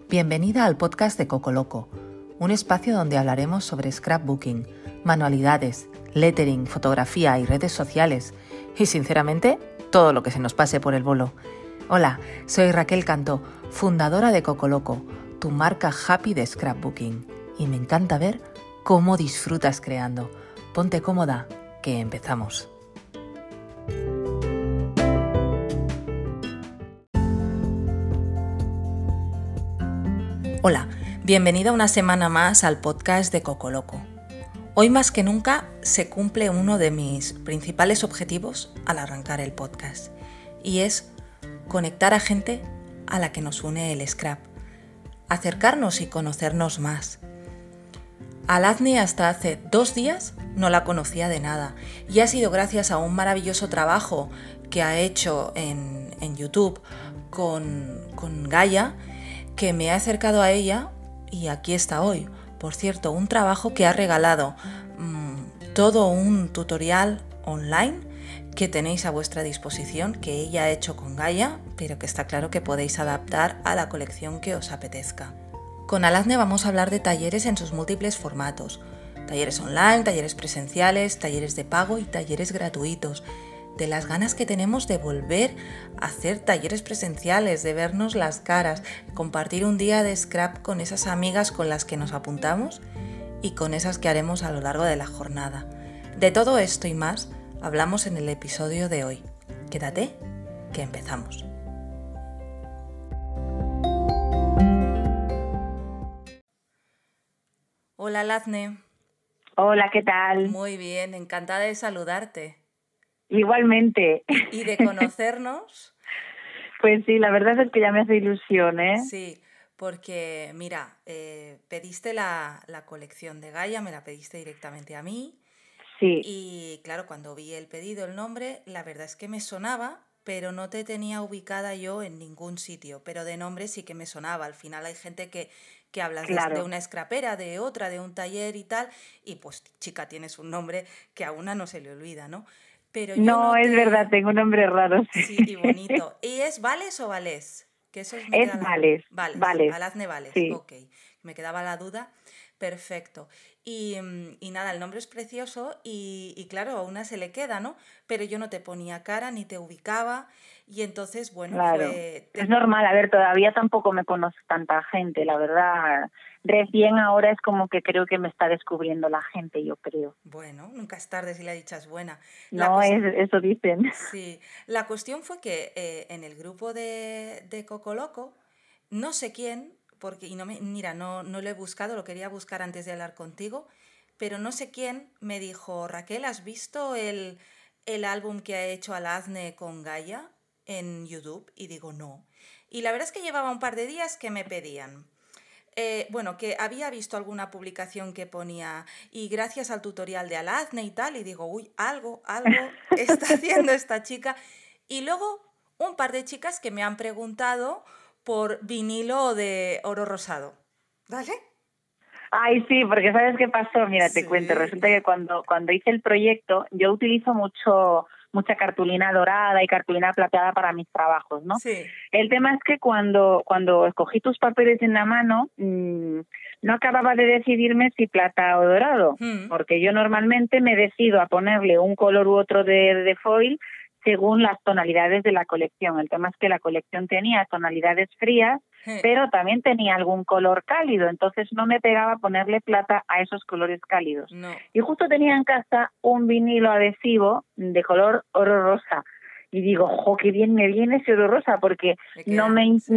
Bienvenida al podcast de Cocoloco, un espacio donde hablaremos sobre scrapbooking, manualidades, lettering, fotografía y redes sociales y, sinceramente, todo lo que se nos pase por el bolo. Hola, soy Raquel Cantó, fundadora de Cocoloco, tu marca happy de scrapbooking, y me encanta ver cómo disfrutas creando. Ponte cómoda, que empezamos. Hola, bienvenida una semana más al podcast de Cocoloco. Hoy más que nunca se cumple uno de mis principales objetivos al arrancar el podcast, y es conectar a gente a la que nos une el scrap, acercarnos y conocernos más. A Lazni hasta hace 2 días no la conocía de nada, y ha sido gracias a un maravilloso trabajo que ha hecho en YouTube con Gaia que me he acercado a ella y aquí está hoy. Por cierto, un trabajo que ha regalado todo un tutorial online que tenéis a vuestra disposición, que ella ha hecho con Gaia, pero que está claro que podéis adaptar a la colección que os apetezca. Con Alazne vamos a hablar de talleres en sus múltiples formatos: talleres online, talleres presenciales, talleres de pago y talleres gratuitos. De las ganas que tenemos de volver a hacer talleres presenciales, de vernos las caras, compartir un día de scrap con esas amigas con las que nos apuntamos y con esas que haremos a lo largo de la jornada. De todo esto y más hablamos en el episodio de hoy. Quédate, que empezamos. Hola, Lazne. Hola, ¿qué tal? Muy bien, encantada de saludarte. Igualmente. Y de conocernos. Pues sí, la verdad es que ya me hace ilusión, ¿eh? Sí, porque mira, pediste la colección de Gaia, me la pediste directamente a mí. Sí. Y claro, cuando vi el pedido, el nombre, la verdad es que me sonaba, pero no te tenía ubicada yo en ningún sitio. Pero de nombre sí que me sonaba. Al final hay gente que hablas Claro. de una scrapera, de otra, de un taller y tal, y pues chica, tienes un nombre que a una no se le olvida, ¿no? Pero yo No, es verdad, tengo un nombre raro. Sí, y bonito. ¿Y es Vales o Valés? Que eso me Es queda Vales. Vales. Alazne Vales, sí. Ok. Me quedaba la duda. Perfecto. Y nada, el nombre es precioso y claro, a una se le queda, ¿no? Pero yo no te ponía cara ni te ubicaba y entonces, bueno, Claro. Es normal, a ver, todavía tampoco me conoce tanta gente, la verdad. Recién ahora es como que creo que me está descubriendo la gente, yo creo. Bueno, nunca es tarde si la dicha es buena. No, eso dicen. Sí, la cuestión fue que en el grupo de Cocoloco, no sé quién, porque mira, no lo he buscado, lo quería buscar antes de hablar contigo, pero no sé quién me dijo: Raquel, ¿has visto el álbum que ha hecho Alazne con Gaia en YouTube? Y digo, no. Y la verdad es que llevaba un par de días que me pedían. Bueno, que había visto alguna publicación que ponía y gracias al tutorial de Alazne y tal, y digo, uy, algo está haciendo esta chica. Y luego un par de chicas que me han preguntado por vinilo de oro rosado. ¿Vale? Ay, sí, porque ¿sabes qué pasó? Mira, te cuento. Resulta que cuando hice el proyecto, yo utilizo mucha cartulina dorada y cartulina plateada para mis trabajos, ¿no? Sí. El tema es que cuando escogí tus papeles en la mano, no acababa de decidirme si plata o dorado, porque yo normalmente me decido a ponerle un color u otro de foil según las tonalidades de la colección. El tema es que la colección tenía tonalidades frías, pero también tenía algún color cálido, entonces no me pegaba ponerle plata a esos colores cálidos. No. Y justo tenía en casa un vinilo adhesivo de color oro rosa. Y digo, ¡jo, qué bien me viene ese oro rosa! Porque no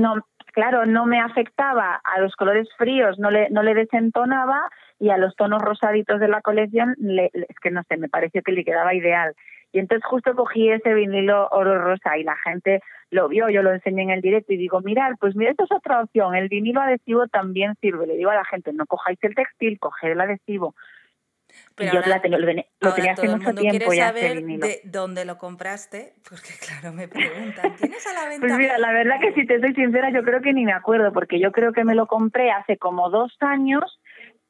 me afectaba a los colores fríos, no le desentonaba, y a los tonos rosaditos de la colección, es que no sé, me pareció que le quedaba ideal. Y entonces justo cogí ese vinilo oro rosa y la gente lo vio, yo lo enseñé en el directo y digo, mirad, pues mira, esto es otra opción, el vinilo adhesivo también sirve. Le digo a la gente, no cojáis el textil, coged el adhesivo. Pero y yo ahora, lo tenía hace mucho tiempo ya ese saber vinilo. de dónde lo compraste, porque claro, me preguntan, ¿tienes a la venta? Pues mira, la verdad que si te soy sincera, yo creo que ni me acuerdo, porque yo creo que me lo compré hace como 2 años,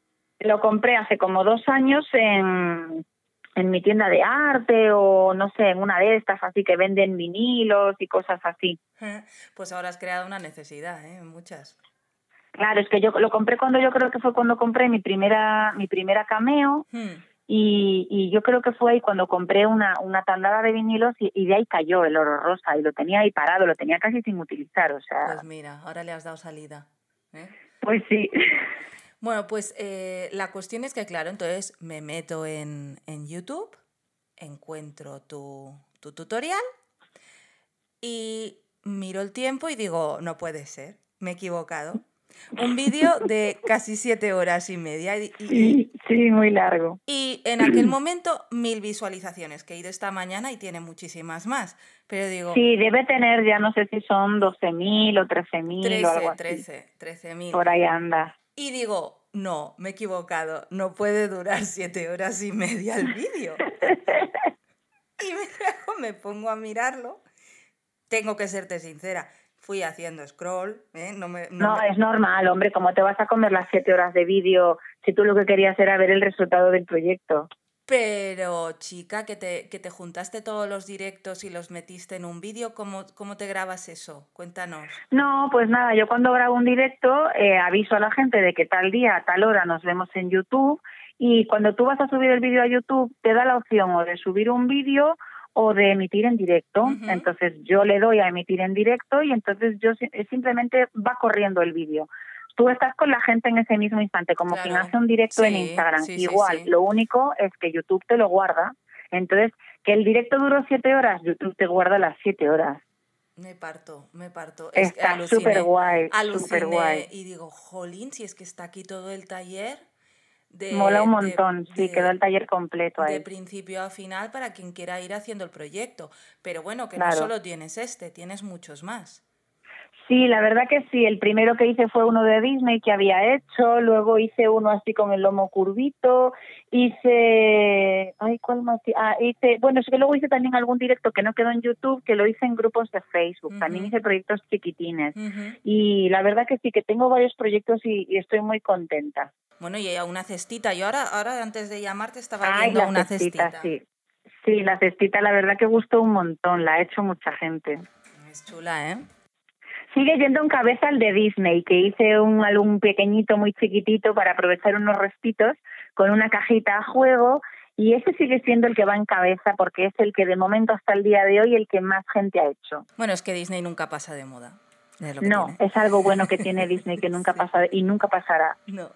en mi tienda de arte o no sé, en una de estas así que venden vinilos y cosas así. Pues ahora has creado una necesidad, muchas. Claro, es que yo lo compré cuando yo creo que fue cuando compré mi primera Cameo. Y yo creo que fue ahí cuando compré una tandada de vinilos y de ahí cayó el oro rosa y lo tenía ahí parado, lo tenía casi sin utilizar, o sea... Pues mira, ahora le has dado salida. Pues sí. Bueno, pues la cuestión es que, claro, entonces me meto en YouTube, encuentro tu tutorial y miro el tiempo y digo, no puede ser, me he equivocado. Un vídeo de casi 7 horas y media. Sí, muy largo. Y en aquel momento 1000 visualizaciones, que he ido esta mañana y tiene muchísimas más. Pero digo... Sí, debe tener, ya no sé si son 12.000 o 13.000 o algo así. 13.000. Por ahí anda. Y digo, no, me he equivocado, no puede durar 7 horas y media el vídeo. Y me pongo a mirarlo. Tengo que serte sincera, fui haciendo scroll, No, es normal, hombre, ¿cómo te vas a comer las 7 horas de vídeo si tú lo que querías era ver el resultado del proyecto? Pero, chica, que te juntaste todos los directos y los metiste en un vídeo, ¿cómo te grabas eso? Cuéntanos. No, pues nada, yo cuando grabo un directo aviso a la gente de que tal día, a tal hora nos vemos en YouTube, y cuando tú vas a subir el vídeo a YouTube te da la opción o de subir un vídeo o de emitir en directo. Entonces yo le doy a emitir en directo y entonces yo simplemente va corriendo el vídeo. Tú estás con la gente en ese mismo instante, como Claro. quien hace un directo en Instagram. Igual, lo único es que YouTube te lo guarda. Entonces, que el directo duró 7 horas, YouTube te guarda las 7 horas. Me parto. Está súper guay, súper guay. Y digo, jolín, si es que está aquí todo el taller. Mola un montón, sí, quedó el taller completo ahí. De principio a final para quien quiera ir haciendo el proyecto. Pero bueno, que claro. No solo tienes tienes muchos más. Sí, la verdad que sí. El primero que hice fue uno de Disney que había hecho, luego hice uno así con el lomo curvito, ¿cuál más? Bueno, es que luego hice también algún directo que no quedó en YouTube, que lo hice en grupos de Facebook. También hice proyectos chiquitines. Y la verdad que sí, que tengo varios proyectos y estoy muy contenta. Bueno, y una cestita. Yo ahora antes de llamarte estaba viendo una cestita. Sí. Sí, la cestita la verdad que gustó un montón, la ha hecho mucha gente. Es chula, ¿eh? Sigue yendo en cabeza el de Disney, que hice un álbum pequeñito, muy chiquitito, para aprovechar unos restitos, con una cajita a juego, y ese sigue siendo el que va en cabeza, porque es el que de momento hasta el día de hoy el que más gente ha hecho. Bueno, es que Disney nunca pasa de moda. No, es algo bueno que tiene Disney, que nunca pasa y nunca pasará. No.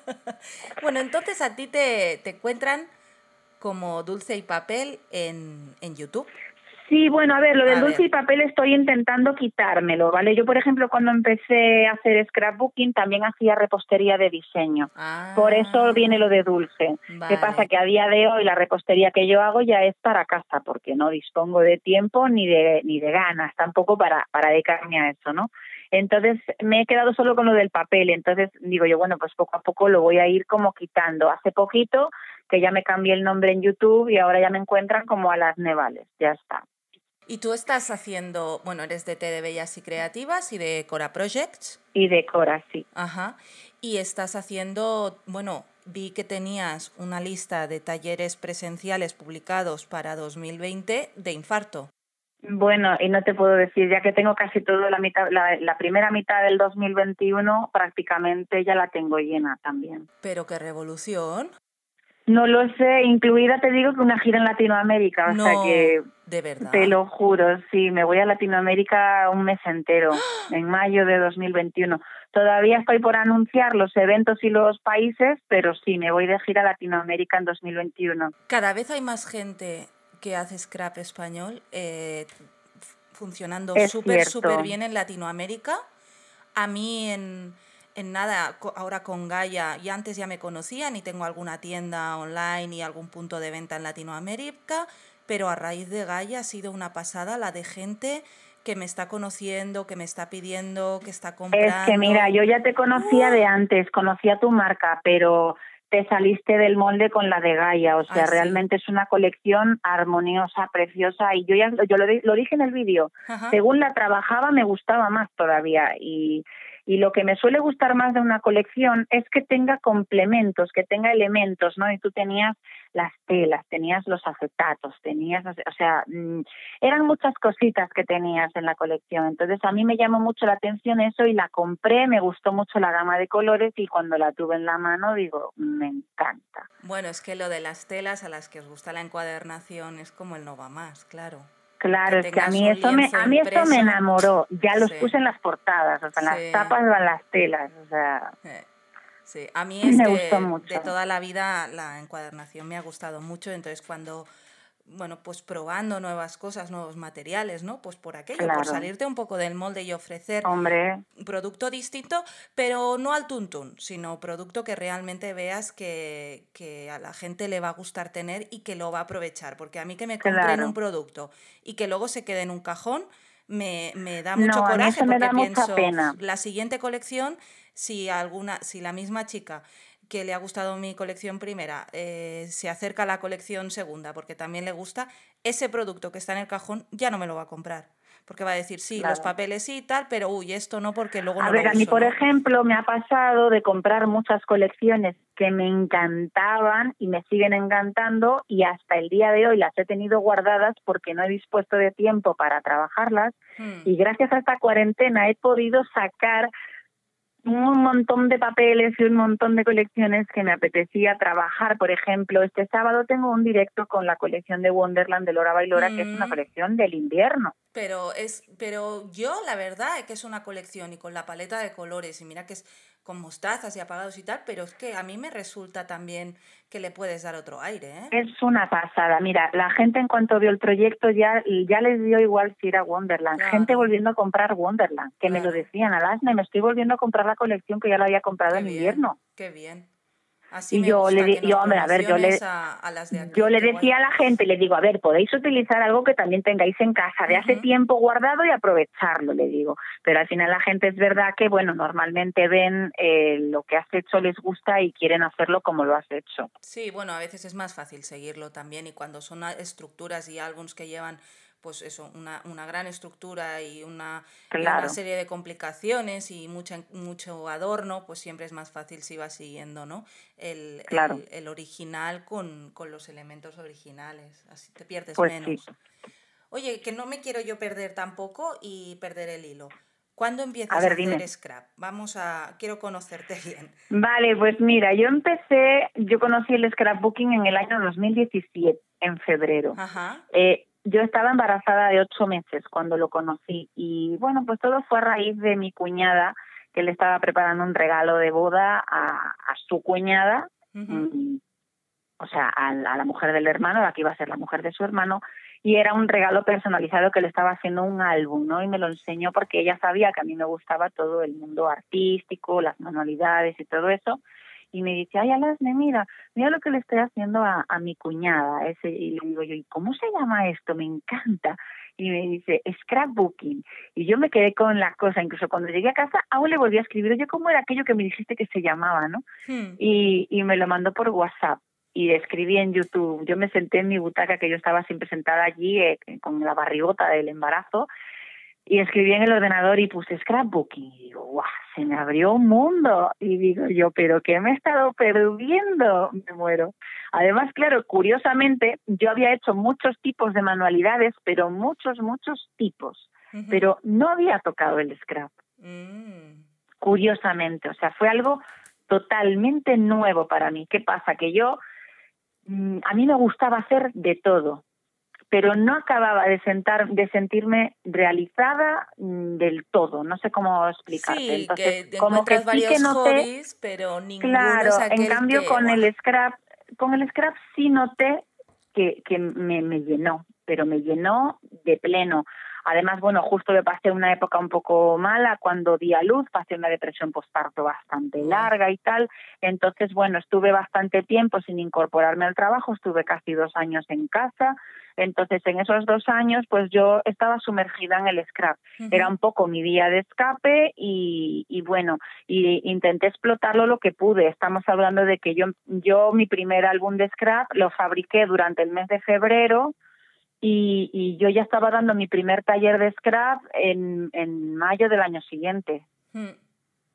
Bueno, entonces a ti te encuentran como Dulce y Papel en YouTube. Sí, bueno, a ver, lo del dulce y papel estoy intentando quitármelo, ¿vale? Yo, por ejemplo, cuando empecé a hacer scrapbooking también hacía repostería de diseño. Por eso viene lo de dulce. Vale. ¿Qué pasa? Que a día de hoy la repostería que yo hago ya es para casa, porque no dispongo de tiempo ni de ganas tampoco para dedicarme a eso, ¿no? Entonces me he quedado solo con lo del papel. Entonces digo yo, bueno, pues poco a poco lo voy a ir como quitando. Hace poquito que ya me cambié el nombre en YouTube y ahora ya me encuentran como a las Nevales, ya está. Y tú estás haciendo, bueno, eres de T de Bellas y Creativas y de Cora Projects. Y de Cora, sí. Ajá. Y estás haciendo, bueno, vi que tenías una lista de talleres presenciales publicados para 2020 de infarto. Bueno, y no te puedo decir, ya que tengo casi todo la primera mitad del 2021 prácticamente ya la tengo llena también. Pero qué revolución. No lo sé, incluida te digo que una gira en Latinoamérica, no, o sea que... ¿De verdad? Te lo juro, sí, me voy a Latinoamérica un mes entero, en mayo de 2021. Todavía estoy por anunciar los eventos y los países, pero sí, me voy de gira a Latinoamérica en 2021. Cada vez hay más gente que hace scrap español funcionando súper bien en Latinoamérica. A mí en nada, ahora con Gaia, y antes ya me conocían y tengo alguna tienda online y algún punto de venta en Latinoamérica, pero a raíz de Gaia ha sido una pasada la de gente que me está conociendo, que me está pidiendo, que está comprando. Es que mira, yo ya te conocía de antes, conocía tu marca, pero te saliste del molde con la de Gaia, o sea, realmente sí. Es una colección armoniosa, preciosa, y yo lo dije en el vídeo, según la trabajaba me gustaba más todavía, y Y lo que me suele gustar más de una colección es que tenga complementos, que tenga elementos, ¿no? Y tú tenías las telas, tenías los acetatos, tenías, o sea, eran muchas cositas que tenías en la colección. Entonces a mí me llamó mucho la atención eso y la compré, me gustó mucho la gama de colores y cuando la tuve en la mano digo, me encanta. Bueno, es que lo de las telas a las que os gusta la encuadernación es como el no va más, claro. Claro, es que a mí eso me enamoró. Ya los puse en las portadas, o sea, en las tapas van las telas, o sea. Sí, a mí es me que gustó mucho. De toda la vida la encuadernación me ha gustado mucho, entonces cuando, bueno, pues probando nuevas cosas, nuevos materiales, ¿no? Pues por aquello, claro. por salirte un poco del molde y ofrecer un producto distinto, pero no al tuntún, sino producto que realmente veas que a la gente le va a gustar tener y que lo va a aprovechar, porque a mí que me compren un producto y que luego se quede en un cajón, me da mucho coraje porque pienso, pena. La siguiente colección, si la misma chica que le ha gustado mi colección primera se acerca a la colección segunda porque también le gusta, ese producto que está en el cajón ya no me lo va a comprar. Porque va a decir, sí, los papeles sí y tal, pero uy, esto no, porque luego no lo uso. A mí, por ¿no? ejemplo, me ha pasado de comprar muchas colecciones que me encantaban y me siguen encantando y hasta el día de hoy las he tenido guardadas porque no he dispuesto de tiempo para trabajarlas y gracias a esta cuarentena he podido sacar un montón de papeles y un montón de colecciones que me apetecía trabajar. Por ejemplo, este sábado tengo un directo con la colección de Wonderland de Lora Bailora, que es una colección del invierno. Pero yo la verdad es que es una colección y con la paleta de colores y mira que es con mostazas y apagados y tal, pero es que a mí me resulta también que le puedes dar otro aire, ¿eh? Es una pasada. Mira, la gente en cuanto vio el proyecto ya les dio igual si era Wonderland. Claro. Gente volviendo a comprar Wonderland, que me lo decían, Alasne, me estoy volviendo a comprar la colección que ya la había comprado en invierno. Qué bien. Así y me yo gusta le que nos hombre, a ver, yo a las de aquí. Yo le decía a la gente, le digo, a ver, podéis utilizar algo que también tengáis en casa de hace tiempo guardado y aprovecharlo, le digo. Pero al final la gente es verdad que, bueno, normalmente ven lo que has hecho, les gusta y quieren hacerlo como lo has hecho. Sí, bueno, a veces es más fácil seguirlo también y cuando son estructuras y álbums que llevan pues eso, una gran estructura y una serie de complicaciones y mucho adorno, pues siempre es más fácil si vas siguiendo, ¿no? El original con los elementos originales, así te pierdes menos. Sí. Oye, que no me quiero yo perder tampoco y perder el hilo. ¿Cuándo empiezas a hacer scrap? Quiero conocerte bien. Vale, pues mira, yo conocí el scrapbooking en el año 2017, en febrero. Ajá. Yo estaba embarazada de 8 meses cuando lo conocí y bueno, pues todo fue a raíz de mi cuñada, que le estaba preparando un regalo de boda a su cuñada, o sea, a la mujer del hermano, la que iba a ser la mujer de su hermano, y era un regalo personalizado que le estaba haciendo un álbum, ¿no? Y me lo enseñó porque ella sabía que a mí me gustaba todo el mundo artístico, las manualidades y todo eso. Y me dice, ay, Alasne, mira lo que le estoy haciendo a mi cuñada. Y le digo yo, ¿y cómo se llama esto? Me encanta. Y me dice, scrapbooking. Y yo me quedé con la cosa, incluso cuando llegué a casa, aún le volví a escribir, oye, ¿cómo era aquello que me dijiste que se llamaba, no? Y me lo mandó por WhatsApp. Y escribí en YouTube. Yo me senté en mi butaca, que yo estaba siempre sentada allí con la barrigota del embarazo, y escribí en el ordenador y puse scrapbooking. Y digo, ¡guau! Se me abrió un mundo. Y digo yo, ¿pero qué me he estado perdiendo? Me muero. Además, claro, curiosamente, yo había hecho muchos tipos de manualidades, pero muchos tipos. Pero no había tocado el scrap. Curiosamente, o sea, fue algo totalmente nuevo para mí. ¿Qué pasa? Que a mí me gustaba hacer de todo, pero no acababa de sentirme realizada del todo, no sé cómo explicarte. Sí, entonces, que como que varios sí que noté, hobbies, pero ninguno claro, es aquel en cambio que, con el scrap sí noté que me llenó, pero me llenó de pleno. Además, bueno, justo me pasé una época un poco mala cuando di a luz, pasé una depresión postparto bastante larga y tal. Entonces, bueno, estuve bastante tiempo sin incorporarme al trabajo, estuve casi 2 años en casa. Entonces, en esos 2 años, pues yo estaba sumergida en el scrap. Era un poco mi vía de escape y bueno, y intenté explotarlo lo que pude. Estamos hablando de que yo mi primer álbum de scrap lo fabriqué durante el mes de febrero. Y yo ya estaba dando mi primer taller de scrap en mayo del año siguiente.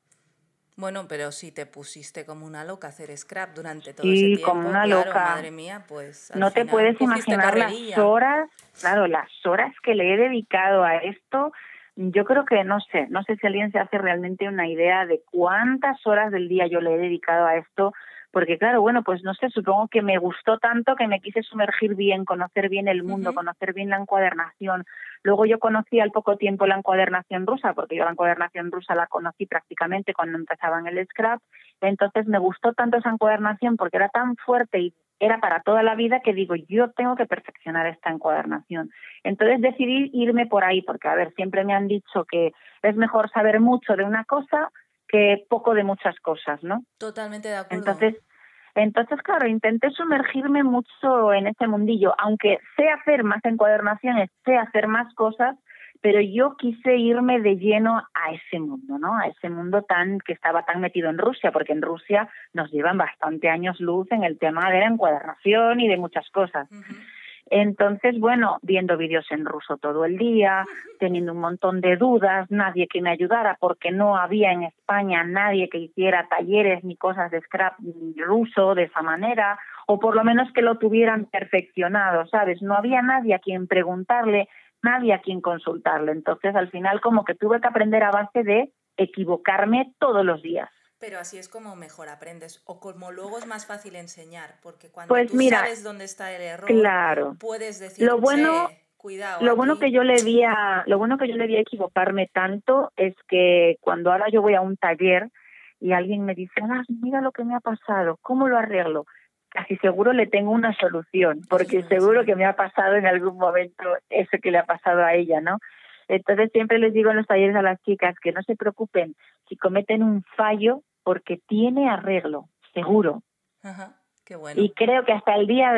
Bueno, pero si te pusiste como una loca a hacer scrap durante todo ese Sí, como tiempo, una claro, loca. madre mía, pues al No te final puedes cogiste imaginar las carrerilla. horas, claro, las horas que le he dedicado a esto. Yo creo que no sé si alguien se hace realmente una idea de cuántas horas del día yo le he dedicado a esto, porque claro, bueno, pues no sé, supongo que me gustó tanto que me quise sumergir bien, conocer bien el mundo, conocer bien la encuadernación. Luego yo conocí al poco tiempo la encuadernación rusa, porque yo la encuadernación rusa la conocí prácticamente cuando empezaba en el scrap. Entonces me gustó tanto esa encuadernación porque era tan fuerte y era para toda la vida que digo, yo tengo que perfeccionar esta encuadernación. Entonces decidí irme por ahí, porque a ver, siempre me han dicho que es mejor saber mucho de una cosa que poco de muchas cosas, ¿no? Totalmente de acuerdo. Entonces, claro, intenté sumergirme mucho en ese mundillo, aunque sé hacer más encuadernaciones, sé hacer más cosas, pero yo quise irme de lleno a ese mundo, ¿no? A ese mundo que estaba tan metido en Rusia, porque en Rusia nos llevan bastante años luz en el tema de la encuadernación y de muchas cosas. Entonces, bueno, viendo vídeos en ruso todo el día, teniendo un montón de dudas, nadie que me ayudara porque no había en España nadie que hiciera talleres ni cosas de scrap ruso de esa manera, o por lo menos que lo tuvieran perfeccionado, ¿sabes? No había nadie a quien preguntarle, nadie a quien consultarle. Entonces, al final, como que tuve que aprender a base de equivocarme todos los días. Pero así es como mejor aprendes, o como luego es más fácil enseñar, porque cuando Pues tú mira, sabes dónde está el error, claro, puedes decir, lo bueno che, cuidado Lo bueno aquí. que yo le vi lo bueno que yo le vi a equivocarme tanto es que cuando ahora yo voy a un taller y alguien me dice, ah, mira lo que me ha pasado, ¿cómo lo arreglo? Casi seguro le tengo una solución, Eso es porque seguro buenísimo. que me ha pasado en algún momento eso que le ha pasado a ella, ¿no? Entonces siempre les digo en los talleres a las chicas que no se preocupen si cometen un fallo, porque tiene arreglo, seguro. Ajá, qué bueno. Y creo que hasta el día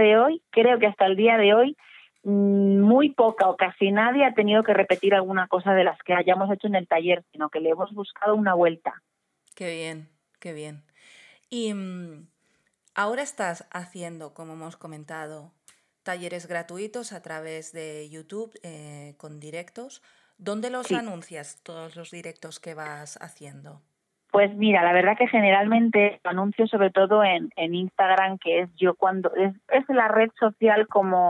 de hoy, muy poca o casi nadie ha tenido que repetir alguna cosa de las que hayamos hecho en el taller, sino que le hemos buscado una vuelta. Qué bien, qué bien. Y ahora estás haciendo, como hemos comentado, talleres gratuitos a través de YouTube con directos. ¿Dónde los Sí. anuncias todos los directos que vas haciendo? Pues mira, la verdad que generalmente lo anuncio sobre todo en Instagram, que es yo cuando es la red social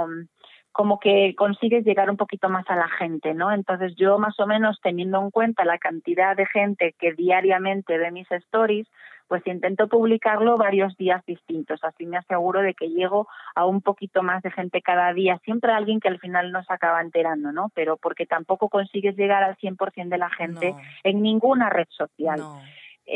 como que consigues llegar un poquito más a la gente, ¿no? Entonces yo más o menos teniendo en cuenta la cantidad de gente que diariamente ve mis stories, pues intento publicarlo varios días distintos, así me aseguro de que llego a un poquito más de gente cada día, siempre alguien que al final no se acaba enterando, ¿no? Pero porque tampoco consigues llegar al 100% de la gente No, en ninguna red social. no.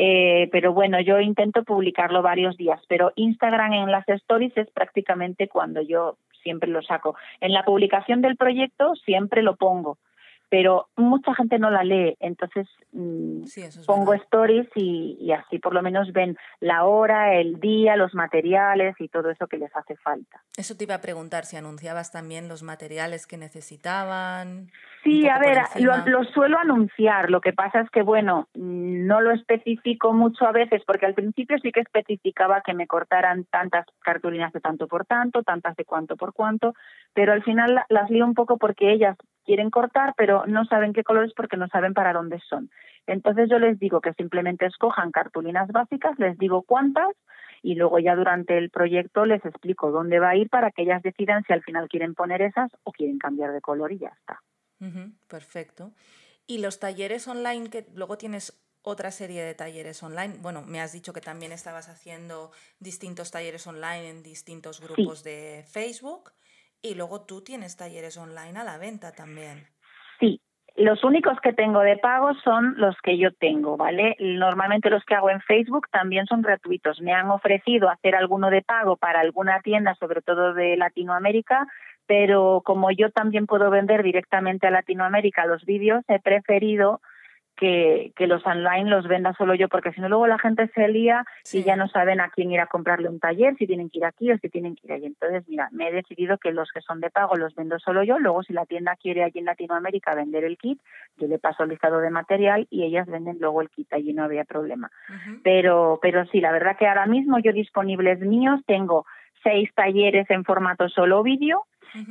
Pero bueno, yo intento publicarlo varios días, pero Instagram en las stories es prácticamente cuando yo siempre lo saco. En la publicación del proyecto siempre lo pongo, pero mucha gente no la lee, entonces Sí, eso es pongo verdad. stories y así por lo menos ven la hora, el día, los materiales y todo eso que les hace falta. Eso te iba a preguntar si anunciabas también los materiales que necesitaban, un Sí, a poco por ver, encima. lo suelo anunciar, lo que pasa es que, bueno, no lo especifico mucho a veces, porque al principio sí que especificaba que me cortaran tantas cartulinas de tanto por tanto, tantas de cuánto por cuánto, pero al final las lío un poco porque ellas quieren cortar, pero no saben qué colores porque no saben para dónde son. Entonces yo les digo que simplemente escojan cartulinas básicas, les digo cuántas, y luego ya durante el proyecto les explico dónde va a ir para que ellas decidan si al final quieren poner esas o quieren cambiar de color y ya está. Perfecto. Y los talleres online, que luego tienes otra serie de talleres online. Bueno, me has dicho que también estabas haciendo distintos talleres online en distintos Sí. grupos de Facebook y luego tú tienes talleres online a la venta también. Sí, los únicos que tengo de pago son los que yo tengo, ¿vale? Normalmente los que hago en Facebook también son gratuitos. Me han ofrecido hacer alguno de pago para alguna tienda, sobre todo de Latinoamérica, pero como yo también puedo vender directamente a Latinoamérica los vídeos, he preferido que los online los venda solo yo, porque si no luego la gente se lía y ya Sí. no saben a quién ir a comprarle un taller, si tienen que ir aquí o si tienen que ir allí. Entonces, mira, me he decidido que los que son de pago los vendo solo yo, luego si la tienda quiere allí en Latinoamérica vender el kit, yo le paso el listado de material y ellas venden luego el kit, allí no había problema. Pero sí, la verdad que ahora mismo yo disponibles míos tengo 6 talleres en formato solo vídeo,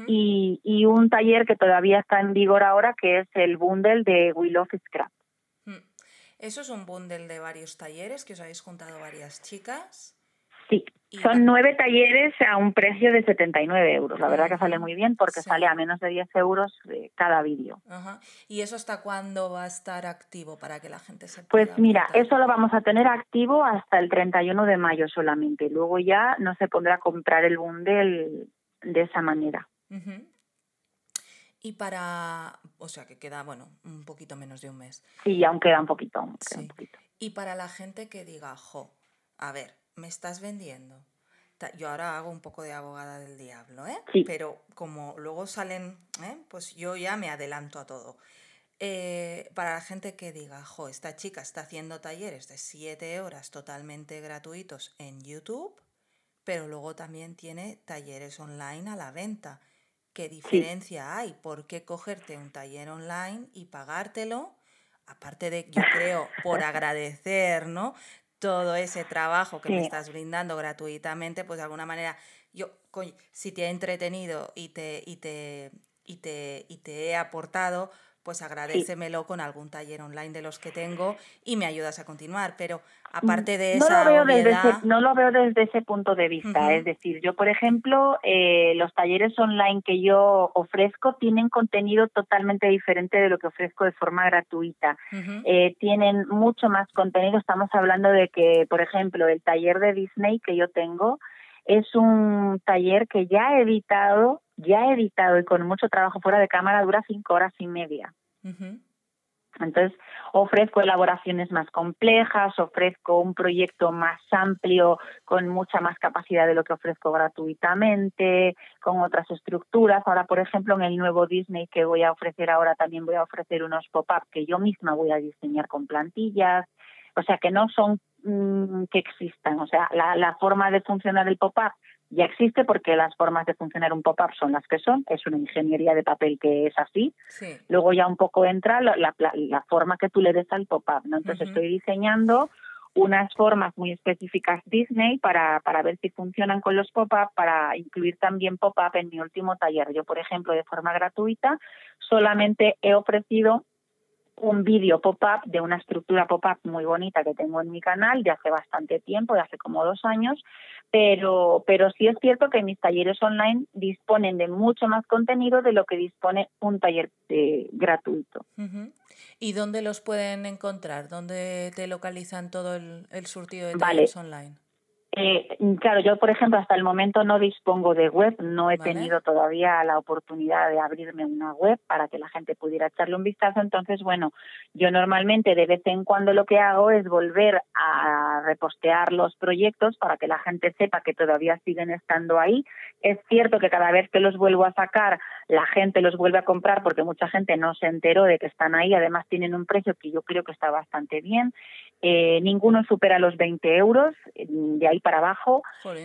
y un taller que todavía está en vigor ahora, que es el bundle de We Love Scrap. ¿Eso es un bundle de varios talleres que os habéis juntado varias chicas? Sí, son 9 talleres a un precio de 79 euros. La verdad que sale muy bien porque sale a menos de 10 euros cada vídeo. Ajá. ¿Y eso hasta cuándo va a estar activo para que la gente se pueda Pues mira, apuntar? eso lo vamos a tener activo hasta el 31 de mayo solamente. Luego ya no se podrá comprar el bundle de esa manera. Y o sea que queda, bueno, un poquito menos de un mes. Sí, aún queda un poquito. Sí. Y para la gente que diga, a ver, me estás vendiendo. Yo ahora hago un poco de abogada del diablo, ¿eh? Sí. Pero como luego salen, pues yo ya me adelanto a todo. Para la gente que diga, esta chica está haciendo talleres de 7 horas totalmente gratuitos en YouTube, pero luego también tiene talleres online a la venta. ¿Qué diferencia hay? ¿Por qué cogerte un taller online y pagártelo? Aparte de, yo creo, por agradecer, ¿no?, todo ese trabajo que me estás brindando gratuitamente, pues de alguna manera, si te he entretenido y te he aportado, pues agradécemelo con algún taller online de los que tengo y me ayudas a continuar. Pero aparte de esa obviedad... No lo veo desde ese punto de vista. Es decir, yo, por ejemplo, los talleres online que yo ofrezco tienen contenido totalmente diferente de lo que ofrezco de forma gratuita. Tienen mucho más contenido. Estamos hablando de que, por ejemplo, el taller de Disney que yo tengo es un taller que ya he editado y con mucho trabajo fuera de cámara, dura 5 horas y media. Entonces, ofrezco elaboraciones más complejas, ofrezco un proyecto más amplio, con mucha más capacidad de lo que ofrezco gratuitamente, con otras estructuras. Ahora, por ejemplo, en el nuevo Disney que voy a ofrecer ahora, también voy a ofrecer unos pop-up que yo misma voy a diseñar con plantillas. O sea, que no son que existan. O sea, la forma de funcionar el pop-up ya existe porque las formas de funcionar un pop-up son las que son. Es una ingeniería de papel que es así. Sí. Luego ya un poco entra la forma que tú le des al pop-up, ¿no? Entonces estoy diseñando unas formas muy específicas Disney para ver si funcionan con los pop-up, para incluir también pop-up en mi último taller. Yo, por ejemplo, de forma gratuita, solamente he ofrecido un vídeo pop-up de una estructura pop-up muy bonita que tengo en mi canal de hace bastante tiempo, de hace como 2 años, pero sí es cierto que mis talleres online disponen de mucho más contenido de lo que dispone un taller gratuito. ¿Y dónde los pueden encontrar? ¿Dónde te localizan todo el surtido de talleres online? Claro, yo, por ejemplo, hasta el momento no dispongo de web, no he tenido todavía la oportunidad de abrirme una web para que la gente pudiera echarle un vistazo. Entonces, bueno, yo normalmente de vez en cuando lo que hago es volver a repostear los proyectos para que la gente sepa que todavía siguen estando ahí. Es cierto que cada vez que los vuelvo a sacar, la gente los vuelve a comprar porque mucha gente no se enteró de que están ahí. Además, tienen un precio que yo creo que está bastante bien. Ninguno supera los 20 euros, de ahí para abajo.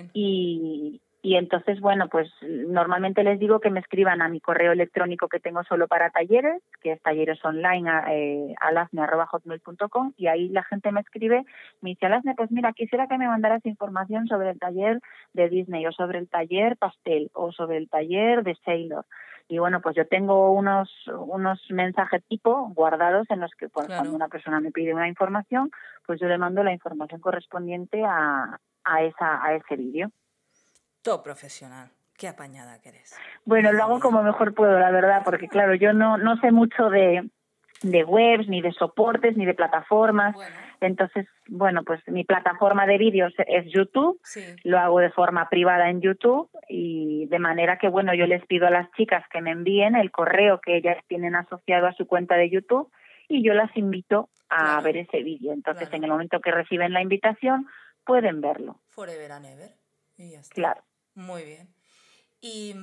Y entonces, bueno, pues normalmente les digo que me escriban a mi correo electrónico que tengo solo para talleres, que es talleresonline, alasne@hotmail.com, y ahí la gente me escribe, me dice: Alasne, pues mira, quisiera que me mandaras información sobre el taller de Disney, o sobre el taller pastel, o sobre el taller de Sailor. Y bueno, pues yo tengo unos mensajes tipo guardados en los que cuando una persona me pide una información, pues yo le mando la información correspondiente a ese vídeo. Todo profesional. Qué apañada que eres. Bueno, lo hago como mejor puedo, la verdad, porque claro, yo no sé mucho de webs, ni de soportes, ni de plataformas. Entonces, bueno, pues mi plataforma de vídeos es YouTube. Lo hago de forma privada en YouTube, y de manera que, bueno, yo les pido a las chicas que me envíen el correo que ellas tienen asociado a su cuenta de YouTube, y yo las invito a ver ese vídeo. Entonces, en el momento que reciben la invitación, pueden verlo. Forever and ever. Y ya está. Claro. Muy bien. Y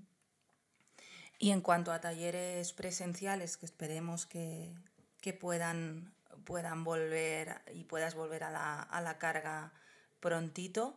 en cuanto a talleres presenciales, que esperemos que puedan volver y puedas volver a la carga prontito,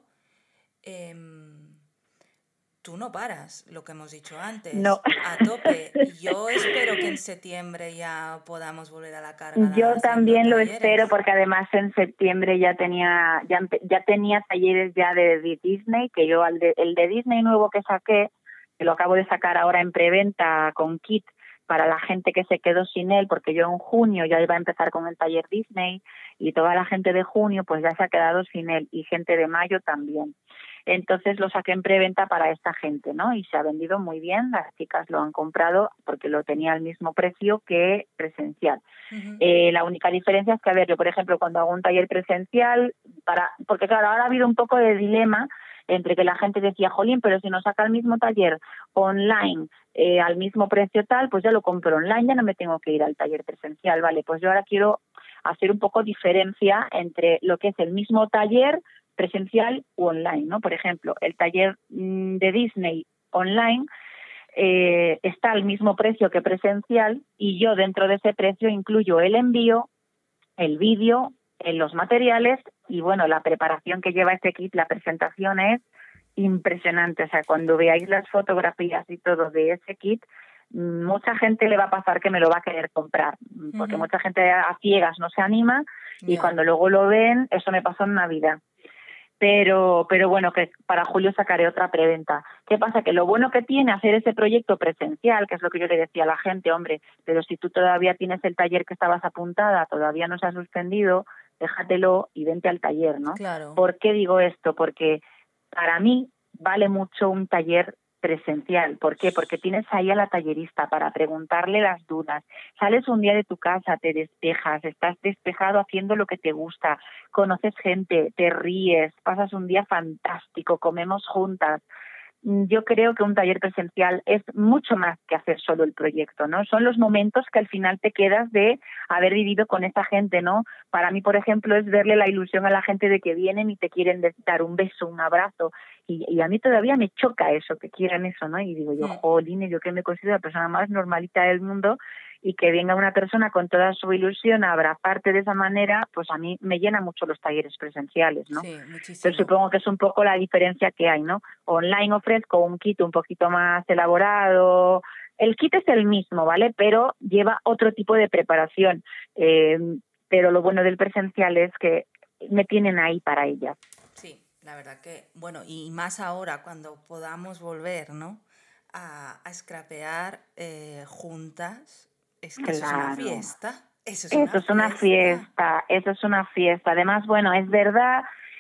tú no paras, lo que hemos dicho antes. No. A tope. Yo espero que en septiembre ya podamos volver a la carga. Yo también lo espero, porque además en septiembre ya tenía talleres ya de Disney, que yo el de Disney nuevo que saqué, que lo acabo de sacar ahora en preventa con kit, para la gente que se quedó sin él, porque yo en junio ya iba a empezar con el taller Disney y toda la gente de junio pues ya se ha quedado sin él y gente de mayo también. Entonces lo saqué en preventa para esta gente, ¿no? Y se ha vendido muy bien, las chicas lo han comprado porque lo tenía al mismo precio que presencial. Ujú. La única diferencia es que, a ver, yo por ejemplo cuando hago un taller presencial, porque claro, ahora ha habido un poco de dilema entre que la gente decía, jolín, pero si nos saca el mismo taller online al mismo precio tal, pues ya lo compro online, ya no me tengo que ir al taller presencial, ¿vale? Pues yo ahora quiero hacer un poco diferencia entre lo que es el mismo taller presencial u online, ¿no? Por ejemplo, el taller de Disney online está al mismo precio que presencial y yo dentro de ese precio incluyo el envío, el vídeo, los materiales y bueno, la preparación que lleva este kit, la presentación es impresionante. O sea, cuando veáis las fotografías y todo de ese kit, mucha gente le va a pasar que me lo va a querer comprar, porque mucha gente a ciegas no se anima y cuando luego lo ven, eso me pasó en Navidad. Pero bueno, que para julio sacaré otra preventa. ¿Qué pasa? Que lo bueno que tiene hacer ese proyecto presencial, que es lo que yo le decía a la gente, hombre, pero si tú todavía tienes el taller que estabas apuntada, todavía no se ha suspendido, déjatelo y vente al taller, ¿no? Claro. ¿Por qué digo esto? Porque para mí vale mucho un taller presencial. ¿Por qué? Porque tienes ahí a la tallerista para preguntarle las dudas. Sales un día de tu casa, te despejas, estás despejado haciendo lo que te gusta, conoces gente, te ríes, pasas un día fantástico, comemos juntas. Yo creo que un taller presencial es mucho más que hacer solo el proyecto, ¿no? Son los momentos que al final te quedas de haber vivido con esa gente, ¿no? Para mí, por ejemplo, es verle la ilusión a la gente de que vienen y te quieren dar un beso, un abrazo. Y a mí todavía me choca eso, que quieran eso, ¿no? Y digo yo, jolín, yo que me considero la persona más normalita del mundo y que venga una persona con toda su ilusión a abrazarte de esa manera, pues a mí me llena mucho los talleres presenciales, ¿no? Sí, muchísimo. Pero supongo que es un poco la diferencia que hay, ¿no? Online ofrezco un kit un poquito más elaborado. El kit es el mismo, ¿vale? Pero lleva otro tipo de preparación. Pero lo bueno del presencial es que me tienen ahí para ellas. Sí, la verdad que, bueno, y más ahora cuando podamos volver, ¿no? A scrapear juntas, es que eso es una Claro. fiesta. Eso es Eso una es una fiesta. eso es una fiesta. Además, bueno, es verdad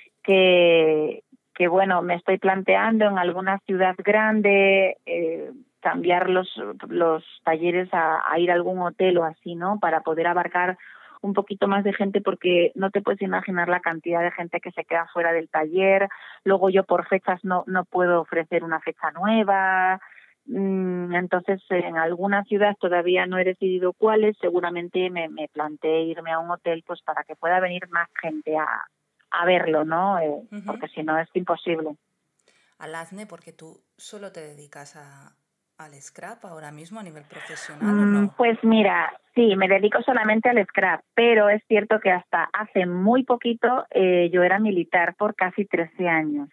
que bueno, me estoy planteando en alguna ciudad grande cambiar los talleres a ir a algún hotel o así, ¿no? Para poder abarcar un poquito más de gente porque no te puedes imaginar la cantidad de gente que se queda fuera del taller. Luego yo por fechas no puedo ofrecer una fecha nueva. Entonces, en alguna ciudad todavía no he decidido cuáles, seguramente me planteé irme a un hotel pues para que pueda venir más gente a verlo, ¿no? Porque si no es imposible. Al hazne, porque tú solo te dedicas al scrap ahora mismo a nivel profesional, ¿o no? Pues mira, sí, me dedico solamente al scrap, pero es cierto que hasta hace muy poquito yo era militar por casi 13 años.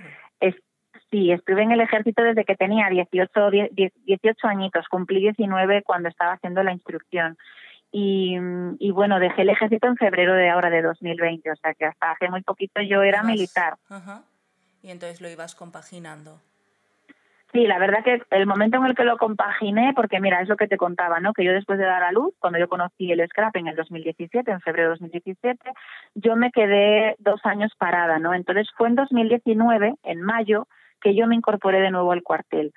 Sí, estuve en el ejército desde que tenía 18 añitos, cumplí 19 cuando estaba haciendo la instrucción. Y bueno, dejé el ejército en febrero de ahora de 2020, o sea que hasta hace muy poquito yo era militar. Ajá. Y entonces lo ibas compaginando. Sí, la verdad que el momento en el que lo compaginé, porque mira, es lo que te contaba, ¿no? Que yo después de dar a luz, cuando yo conocí el scrap en el 2017, en febrero de 2017, yo me quedé 2 años parada, ¿no? Entonces fue en 2019, en mayo, que yo me incorporé de nuevo al cuartel.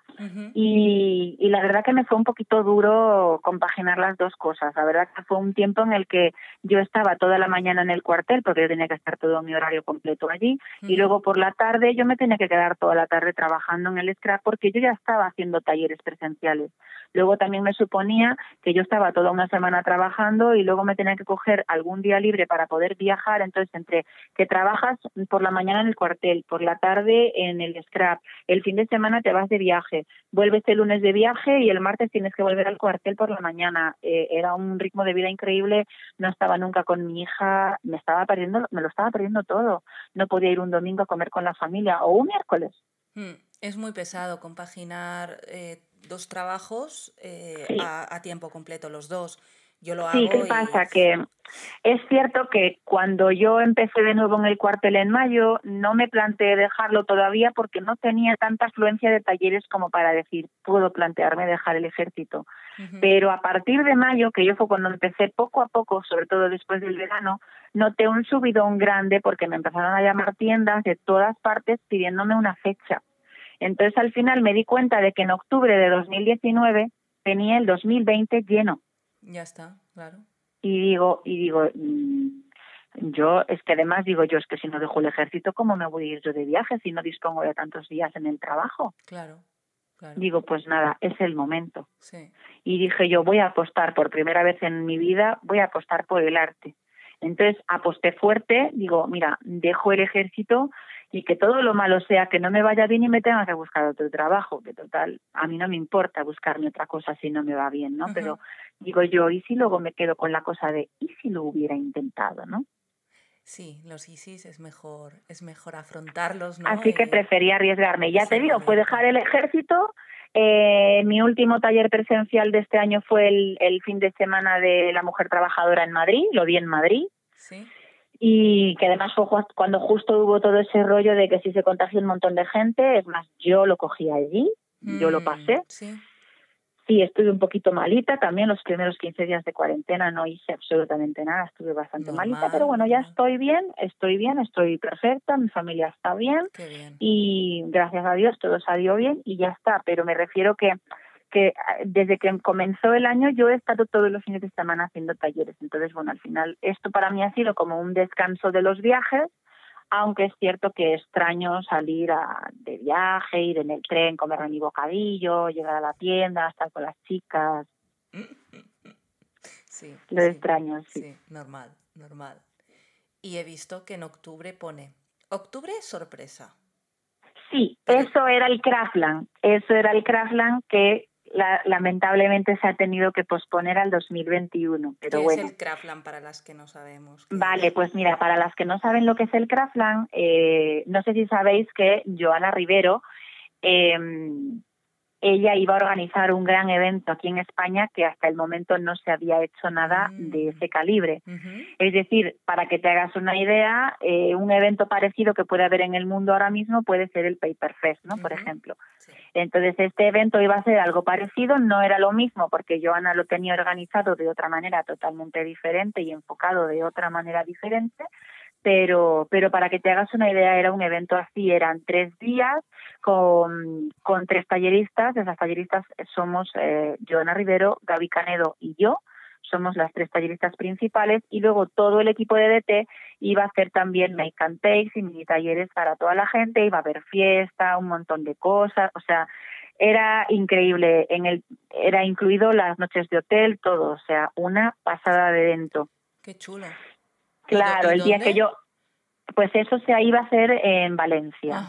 Y la verdad que me fue un poquito duro compaginar las dos cosas. La verdad que fue un tiempo en el que yo estaba toda la mañana en el cuartel, porque yo tenía que estar todo mi horario completo allí, y luego por la tarde yo me tenía que quedar toda la tarde trabajando en el scrap, porque yo ya estaba haciendo talleres presenciales. Luego también me suponía que yo estaba toda una semana trabajando y luego me tenía que coger algún día libre para poder viajar. Entonces, entre que trabajas por la mañana en el cuartel, por la tarde en el scrap, el fin de semana te vas de viaje, vuelves el lunes de viaje y el martes tienes que volver al cuartel por la mañana. Era un ritmo de vida increíble, no estaba nunca con mi hija, me lo estaba perdiendo todo. No podía ir un domingo a comer con la familia o un miércoles. Es muy pesado compaginar 2 trabajos Sí. a tiempo completo, los dos. Yo lo Sí, hago ¿qué pasa? Que es cierto que cuando yo empecé de nuevo en el cuartel en mayo, no me planteé dejarlo todavía porque no tenía tanta afluencia de talleres como para decir, puedo plantearme dejar el ejército. Pero a partir de mayo, que yo fue cuando empecé poco a poco, sobre todo después del verano, noté un subidón grande porque me empezaron a llamar tiendas de todas partes pidiéndome una fecha. Entonces al final me di cuenta de que en octubre de 2019 tenía el 2020 lleno. Ya está, claro. Y digo, yo, es que además digo yo, es que si no dejo el ejército, ¿cómo me voy a ir yo de viaje si no dispongo de tantos días en el trabajo? Claro. Digo, pues nada, es el momento. Sí. Y dije yo, voy a apostar por primera vez en mi vida, voy a apostar por el arte. Entonces aposté fuerte, digo, mira, dejo el ejército y que todo lo malo sea que no me vaya bien y me tenga que buscar otro trabajo, que total, a mí no me importa buscarme otra cosa si no me va bien, ¿no? Pero digo yo, ¿y si luego me quedo con la cosa de, ¿y si lo hubiera intentado, no? Sí, los ISIS es mejor afrontarlos, ¿no? Así que preferí arriesgarme. Ya te digo, fue valiente. dejar el ejército. Mi último taller presencial de este año fue el fin de semana de la mujer trabajadora en Madrid, lo di en Madrid. Sí. Y que además fue cuando justo hubo todo ese rollo de que si se contagia un montón de gente, es más, yo lo cogí allí, yo lo pasé. Sí. Sí, estuve un poquito malita, también los primeros 15 días de cuarentena no hice absolutamente nada, estuve bastante malita, pero bueno, ya estoy bien, estoy perfecta, mi familia está bien. Qué bien. Y gracias a Dios todo salió bien y ya está, pero me refiero que desde que comenzó el año yo he estado todos los fines de semana haciendo talleres, entonces bueno, al final esto para mí ha sido como un descanso de los viajes, aunque es cierto que extraño salir de viaje, ir en el tren, comerme mi bocadillo, llegar a la tienda, estar con las chicas. Sí. Lo extraño, sí. Sí, normal. Y he visto que en octubre pone, octubre sorpresa. Sí, eso era el Craftland que lamentablemente se ha tenido que posponer al 2021. Pero ¿Qué bueno. es el Craftland para las que no sabemos? Vale, pues mira, para las que no saben lo que es el Craftland, no sé si sabéis que Joana Rivero, ella iba a organizar un gran evento aquí en España que hasta el momento no se había hecho nada de ese calibre. Es decir, para que te hagas una idea, un evento parecido que puede haber en el mundo ahora mismo puede ser el Paper Fest, ¿no? Por ejemplo. Sí. Entonces, este evento iba a ser algo parecido, no era lo mismo porque Joana lo tenía organizado de otra manera totalmente diferente y enfocado de otra manera diferente, pero para que te hagas una idea, era un evento así, eran 3 días con 3 talleristas. Esas talleristas somos Joana Rivero, Gaby Canedo y yo, somos las 3 talleristas principales, y luego todo el equipo de DT iba a hacer también make and takes y mini talleres para toda la gente, iba a haber fiesta, un montón de cosas, o sea, era increíble, era incluido las noches de hotel, todo, o sea, una pasada de evento. Qué chulo. Claro, el día dónde? que yo, pues eso se iba a hacer en Valencia.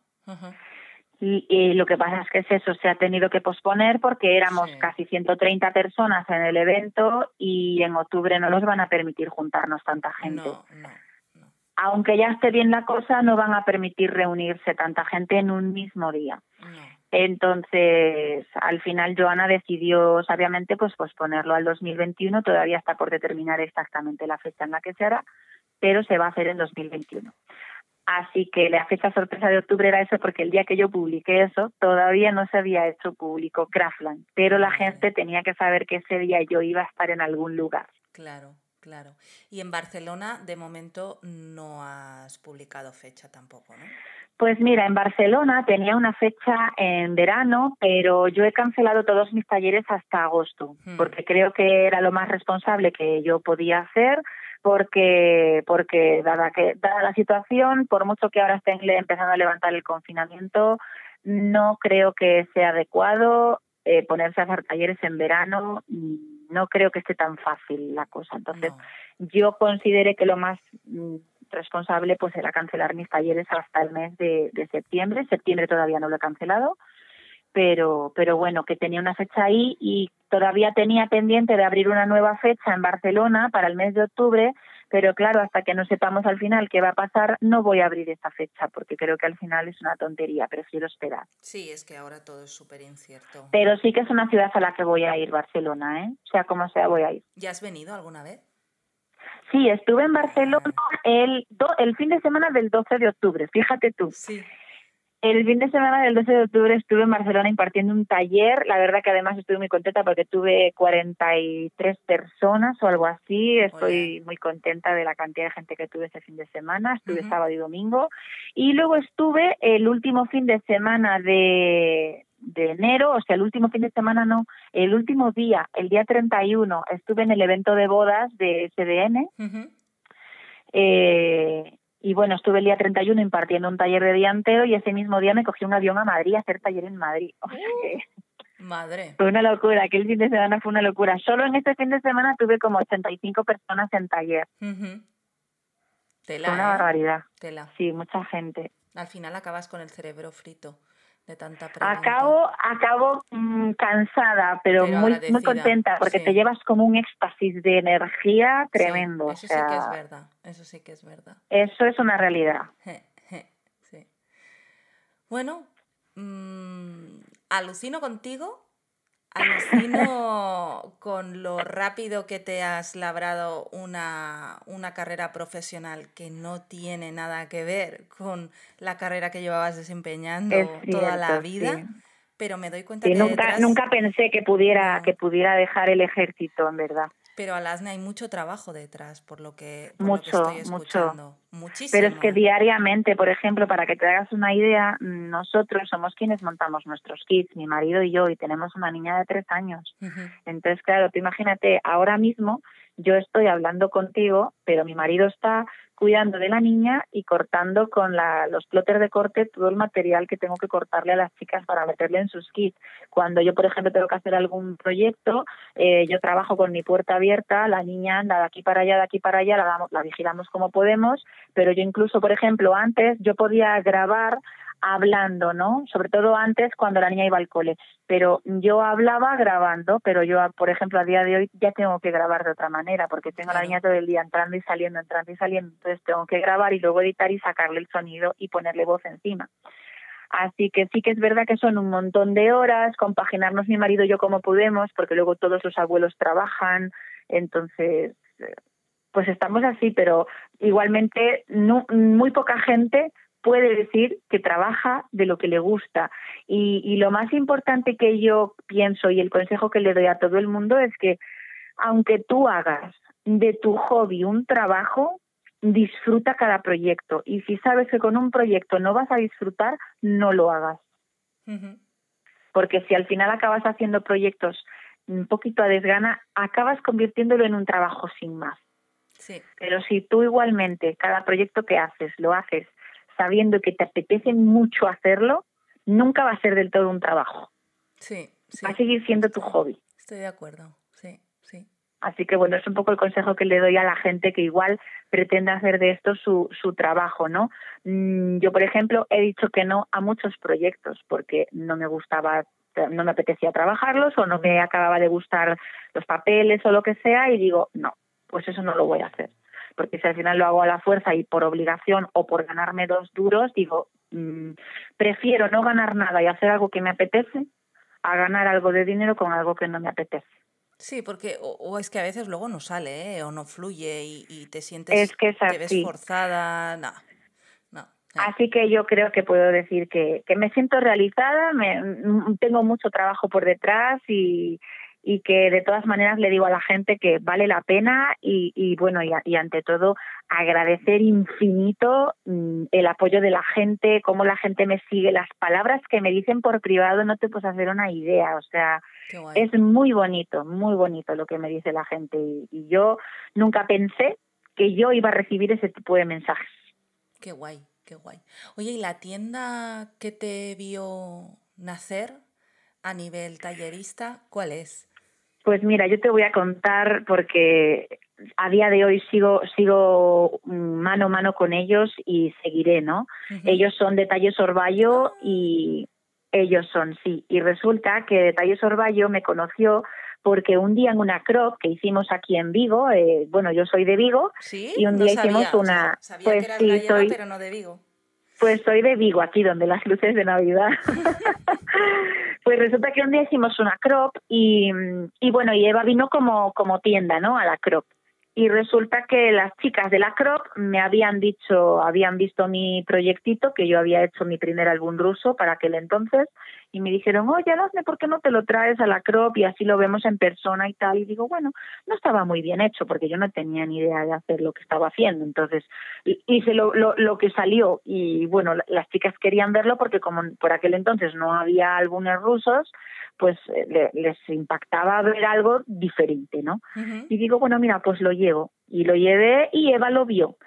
Y lo que pasa es que eso se ha tenido que posponer porque éramos casi 130 personas en el evento y en octubre no nos van a permitir juntarnos tanta gente. No. Aunque ya esté bien la cosa, no van a permitir reunirse tanta gente en un mismo día. No. Entonces, al final Joana decidió sabiamente pues posponerlo al 2021, todavía está por determinar exactamente la fecha en la que se hará, pero se va a hacer en 2021. Así que la fecha sorpresa de octubre era eso, porque el día que yo publiqué eso, todavía no se había hecho público Craftland, pero la gente tenía que saber que ese día yo iba a estar en algún lugar. Claro. Y en Barcelona, de momento, no has publicado fecha tampoco, ¿no? Pues mira, en Barcelona tenía una fecha en verano, pero yo he cancelado todos mis talleres hasta agosto, porque creo que era lo más responsable que yo podía hacer, porque dada la situación, por mucho que ahora estén empezando a levantar el confinamiento, no creo que sea adecuado ponerse a hacer talleres en verano. No creo que esté tan fácil la cosa. Entonces, yo consideré que lo más responsable pues era cancelar mis talleres hasta el mes de septiembre. Septiembre todavía no lo he cancelado, pero bueno, que tenía una fecha ahí y todavía tenía pendiente de abrir una nueva fecha en Barcelona para el mes de octubre, pero claro, hasta que no sepamos al final qué va a pasar, no voy a abrir esa fecha, porque creo que al final es una tontería, prefiero esperar. Sí, es que ahora todo es súper incierto. Pero sí que es una ciudad a la que voy a ir, Barcelona, ¿eh? O sea, como sea, voy a ir. ¿Ya has venido alguna vez? Sí, estuve en Barcelona el fin de semana del 12 de octubre, fíjate tú. Sí. El fin de semana del 12 de octubre estuve en Barcelona impartiendo un taller. La verdad que además estoy muy contenta porque tuve 43 personas o algo así. Estoy muy contenta de la cantidad de gente que tuve ese fin de semana. Estuve sábado y domingo. Y luego estuve el último fin de semana de enero, o sea, el último fin de semana no, el último día, el día 31, estuve en el evento de bodas de SDN. Y bueno, estuve el día 31 impartiendo un taller de día entero y ese mismo día me cogí un avión a Madrid a hacer taller en Madrid. O sea que madre. Fue una locura, aquel fin de semana fue una locura. Solo en este fin de semana tuve como 85 personas en taller. Tela, fue una barbaridad. Tela. Sí, mucha gente. Al final acabas con el cerebro frito de tanta pregunta. Acabo cansada, pero muy contenta, porque te llevas como un éxtasis de energía tremendo. Sí, eso sí que es verdad, eso sí que es verdad. Eso es una realidad. Sí. Bueno, alucino contigo, alucino con lo rápido que te has labrado una carrera profesional que no tiene nada que ver con la carrera que llevabas desempeñando toda la vida, sí. Pero me doy cuenta que nunca pensé que pudiera dejar el ejército, en verdad. Pero a Lasne hay mucho trabajo detrás, por lo que estoy escuchando. Muchísimo. Pero es que diariamente, por ejemplo, para que te hagas una idea, nosotros somos quienes montamos nuestros kits, mi marido y yo, y tenemos una niña de 3 años. Entonces, claro, tú imagínate, ahora mismo yo estoy hablando contigo, pero mi marido está cuidando de la niña y cortando con los plotters de corte todo el material que tengo que cortarle a las chicas para meterle en sus kits. Cuando yo, por ejemplo, tengo que hacer algún proyecto, yo trabajo con mi puerta abierta, la niña anda de aquí para allá, la vigilamos como podemos, pero yo incluso, por ejemplo, antes yo podía grabar hablando, ¿no? Sobre todo antes cuando la niña iba al cole, pero yo hablaba grabando, pero yo, por ejemplo, a día de hoy ya tengo que grabar de otra manera porque tengo a la niña todo el día entrando y saliendo, entonces tengo que grabar y luego editar y sacarle el sonido y ponerle voz encima. Así que sí que es verdad que son un montón de horas, compaginarnos mi marido y yo como podemos, porque luego todos los abuelos trabajan, entonces pues estamos así, pero igualmente muy poca gente puede decir que trabaja de lo que le gusta. Y lo más importante que yo pienso y el consejo que le doy a todo el mundo es que aunque tú hagas de tu hobby un trabajo, disfruta cada proyecto. Y si sabes que con un proyecto no vas a disfrutar, no lo hagas. Porque si al final acabas haciendo proyectos un poquito a desgana, acabas convirtiéndolo en un trabajo sin más. Sí. Pero si tú igualmente cada proyecto que haces lo haces sabiendo que te apetece mucho hacerlo, nunca va a ser del todo un trabajo. Sí. Va a seguir siendo tu hobby. Estoy de acuerdo, sí. Así que bueno, es un poco el consejo que le doy a la gente que igual pretende hacer de esto su trabajo, ¿no? Yo, por ejemplo, he dicho que no a muchos proyectos porque no me apetecía trabajarlos o no me acababa de gustar los papeles o lo que sea y digo, no, pues eso no lo voy a hacer. Porque si al final lo hago a la fuerza y por obligación o por ganarme 2 duros, digo, prefiero no ganar nada y hacer algo que me apetece a ganar algo de dinero con algo que no me apetece. Sí, porque o es que a veces luego no sale, o no fluye y te sientes, te ves forzada, no. Así que yo creo que puedo decir que me siento realizada, tengo mucho trabajo por detrás y que de todas maneras le digo a la gente que vale la pena y bueno, y ante todo agradecer infinito el apoyo de la gente, cómo la gente me sigue, las palabras que me dicen por privado no te puedes hacer una idea, o sea, es muy bonito lo que me dice la gente y yo nunca pensé que yo iba a recibir ese tipo de mensajes. Qué guay. Oye, ¿y la tienda que te vio nacer a nivel tallerista, cuál es? Pues mira, yo te voy a contar porque a día de hoy sigo mano a mano con ellos y seguiré, ¿no? Ellos son de Talles Orballo y Ellos son, sí. Y resulta que Detalles Orbayo me conoció porque un día en una crop que hicimos aquí en Vigo, bueno, yo soy de Vigo, ¿Sí? y un No día hicimos sabía. O una... sea, sabía que Pues eras sí, gallega, pero no de Vigo. pues soy de Vigo, aquí donde las luces de Navidad. Pues resulta que un día hicimos una crop y bueno, y Eva vino como tienda, ¿no? A la crop. Y resulta que las chicas de la crop me habían visto mi proyectito, que yo había hecho mi primer álbum ruso para aquel entonces, y me dijeron, oye, Alasne, ¿por qué no te lo traes a la crop y así lo vemos en persona y tal? Y digo, bueno, no estaba muy bien hecho porque yo no tenía ni idea de hacer lo que estaba haciendo. Entonces hice lo que salió y bueno, las chicas querían verlo porque como por aquel entonces no había álbumes rusos, pues les impactaba ver algo diferente, ¿no? Uh-huh. Y digo, bueno, mira, pues lo llevo. Y lo llevé y Eva lo vio.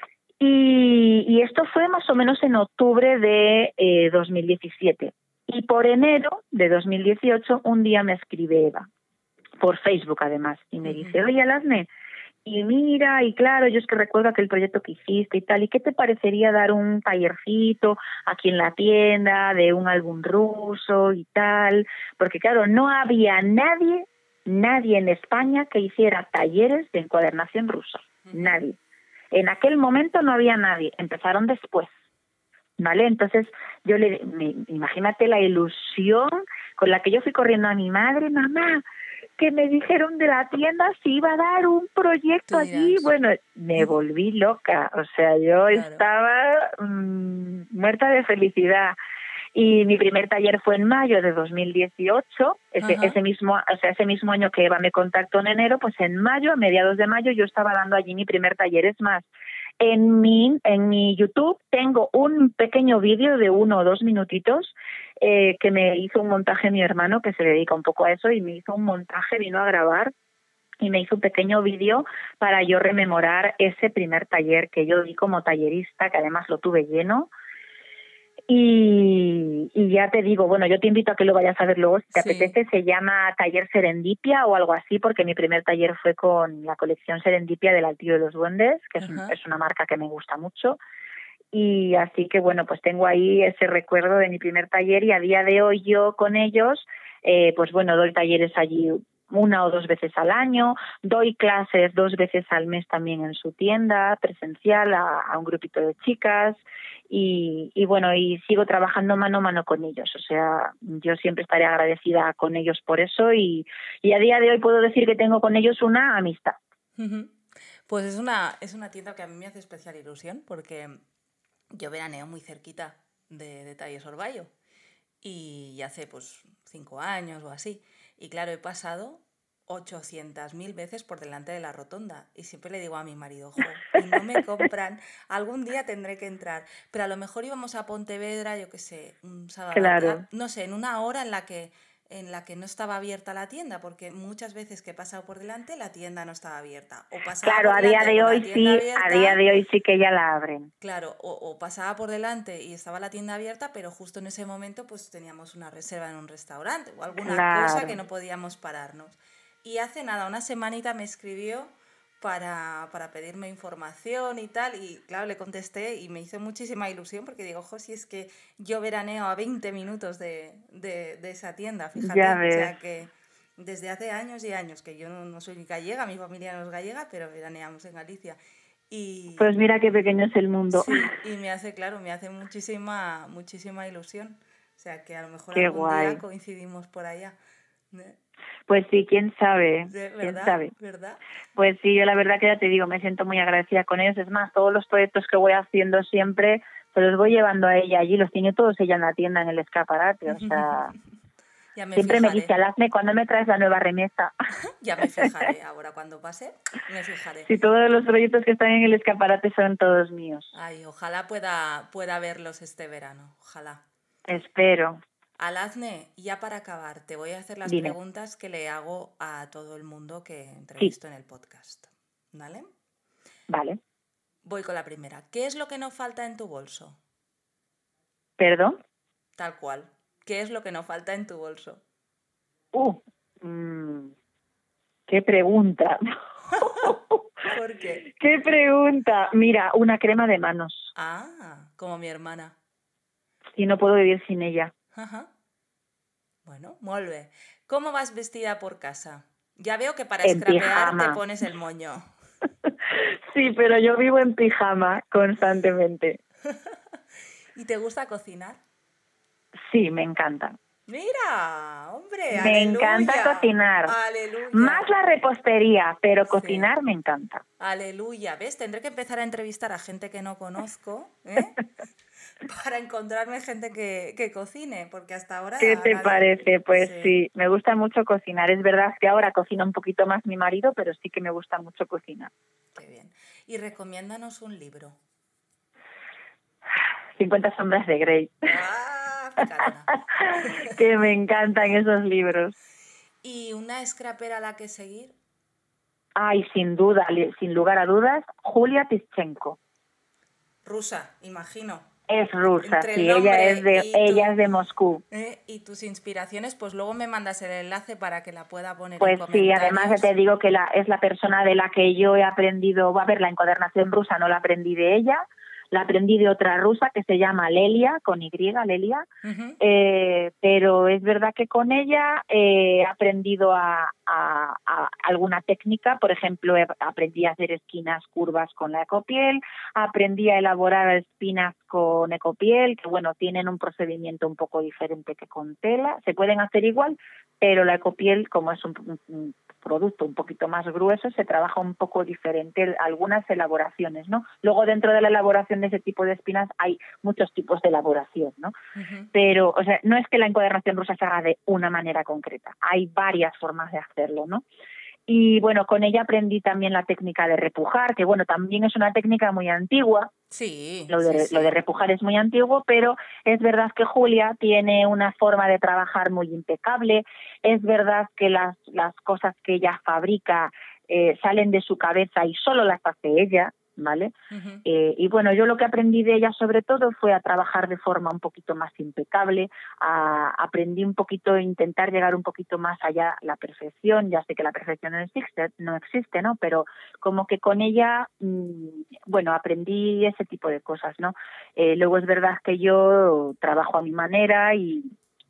Y esto fue más o menos en octubre de 2017. Y por enero de 2018, un día me escribe Eva, por Facebook además, y me dice, oye, Alasne, y mira, y claro, yo es que recuerdo aquel proyecto que hiciste y tal, ¿y qué te parecería dar un tallercito aquí en la tienda de un álbum ruso y tal? Porque claro, no había nadie en España que hiciera talleres de encuadernación rusa, nadie. En aquel momento no había nadie, empezaron después. ¿Vale? Entonces, imagínate la ilusión con la que yo fui corriendo a mi madre, mamá, que me dijeron de la tienda si iba a dar un proyecto allí. Bueno, me volví loca, o sea, yo estaba muerta de felicidad. Y mi primer taller fue en mayo de 2018, ese mismo año que Eva me contactó en enero, pues en mayo, a mediados de mayo, yo estaba dando allí mi primer taller. Es más, en mi YouTube tengo un pequeño vídeo de 1 o 2 minutitos que me hizo un montaje mi hermano, que se dedica un poco a eso, y me hizo un montaje, vino a grabar y me hizo un pequeño vídeo para yo rememorar ese primer taller que yo di como tallerista, que además lo tuve lleno. Y ya te digo, bueno, yo te invito a que lo vayas a ver luego si te apetece. Se llama Taller Serendipia o algo así, porque mi primer taller fue con la colección Serendipia del Altillo de los Duendes, que es una marca que me gusta mucho. Y así que bueno, pues tengo ahí ese recuerdo de mi primer taller, y a día de hoy yo con ellos, pues bueno, doy talleres allí 1 o 2 veces al año, doy clases 2 veces al mes también en su tienda presencial a un grupito de chicas. Y bueno, y sigo trabajando mano a mano con ellos, o sea, yo siempre estaré agradecida con ellos por eso, y a día de hoy puedo decir que tengo con ellos una amistad. Pues es una tienda que a mí me hace especial ilusión, porque yo veraneo muy cerquita de Detalles Orbayo y hace pues 5 años o así, y claro, he pasado 800.000 veces por delante de la rotonda y siempre le digo a mi marido, ojo, y no me compran, algún día tendré que entrar, pero a lo mejor íbamos a Pontevedra, yo qué sé, un sábado, claro. no sé, en una hora en la que no estaba abierta la tienda, porque muchas veces que he pasado por delante la tienda no estaba abierta, o pasaba claro, por delante a día de hoy sí que ya la abren. Claro, o pasaba por delante y estaba la tienda abierta, pero justo en ese momento pues teníamos una reserva en un restaurante o alguna cosa que no podíamos pararnos. Y hace nada, una semanita me escribió para pedirme información y tal, y claro, le contesté y me hizo muchísima ilusión porque digo, ojo, si es que yo veraneo a 20 minutos de esa tienda, fíjate. Ya ves. O sea que desde hace años y años, que yo no soy gallega, mi familia no es gallega, pero veraneamos en Galicia. Pues mira qué pequeño es el mundo. Sí, y me hace muchísima ilusión. O sea, que a lo mejor qué algún guay. día coincidimos por allá. Pues sí, quién sabe. ¿Verdad? ¿Quién sabe? ¿Verdad? Pues sí, yo la verdad que ya te digo, me siento muy agradecida con ellos. Es más, todos los proyectos que voy haciendo siempre se los voy llevando a ella allí. Los tiene todos ella en la tienda, en el escaparate. O sea, siempre me dice, Alasne, ¿cuándo me traes la nueva remesa? Ya me fijaré. Ahora cuando pase, me fijaré. Sí, todos los proyectos que están en el escaparate son todos míos. Ay, ojalá pueda verlos este verano. Ojalá. Espero. Alasne, ya para acabar, te voy a hacer las Dime. preguntas que le hago a todo el mundo que entrevisto en el podcast. ¿Vale? Vale. Voy con la primera. ¿Qué es lo que no falta en tu bolso? ¿Perdón? Tal cual. ¿Qué es lo que no falta en tu bolso? ¡Qué pregunta! ¿Por qué? ¡Qué pregunta! Mira, una crema de manos. Ah, como mi hermana. Y no puedo vivir sin ella. Ajá. Bueno, molt bé. ¿Cómo vas vestida por casa? Ya veo que para En scrapear te pijama. pones el moño. Sí, pero yo vivo en pijama constantemente. ¿Y te gusta cocinar? Sí, me encanta. Mira, hombre, Me encanta aleluya, cocinar. aleluya. Más la repostería, pero Sí. cocinar me encanta. Aleluya, ¿ves? Tendré que empezar a entrevistar a gente que no conozco, ¿eh? Para encontrarme gente que cocine, porque hasta ahora ¿Qué te nadie... parece? Pues Sí, sí, me gusta mucho cocinar. Es verdad que ahora cocina un poquito más mi marido, pero sí que me gusta mucho cocinar. qué bien. Y recomiéndanos un libro. 50 sombras de Grey. ¡Ah, picarona! Que me encantan esos libros. ¿Y una scrapera a la que seguir? Ay, sin duda, sin lugar a dudas, Julia Tischenko. Rusa, imagino. Es rusa, Entre el sí, ella nombre es de Moscú. y tus inspiraciones, pues luego me mandas el enlace para que la pueda poner en Pues sí, además ya comentarios. te digo que es la persona de la que yo he aprendido, a ver, la encuadernación rusa no la aprendí de ella, la aprendí de otra rusa que se llama Lelia, con Y, Lelia, pero es verdad que con ella he aprendido a alguna técnica, por ejemplo, aprendí a hacer esquinas curvas con la ecopiel, aprendí a elaborar espinas con ecopiel, que bueno, tienen un procedimiento un poco diferente que con tela, se pueden hacer igual, pero la ecopiel, como es un producto un poquito más grueso, se trabaja un poco diferente algunas elaboraciones, ¿no? Luego dentro de la elaboración de ese tipo de espinas hay muchos tipos de elaboración, ¿no? Pero, o sea, no es que la encuadernación rusa se haga de una manera concreta, hay varias formas de hacerlo, ¿no? Y bueno, con ella aprendí también la técnica de repujar, que bueno, también es una técnica muy antigua. Sí, lo de repujar es muy antiguo, pero es verdad que Julia tiene una forma de trabajar muy impecable. Es verdad que las cosas que ella fabrica salen de su cabeza y solo las hace ella, ¿vale? Y bueno, yo lo que aprendí de ella sobre todo fue a trabajar de forma un poquito más impecable, aprendí un poquito a intentar llegar un poquito más allá la perfección. Ya sé que la perfección no existe, ¿no? Pero como que con ella, bueno, aprendí ese tipo de cosas, ¿no? Luego es verdad que yo trabajo a mi manera y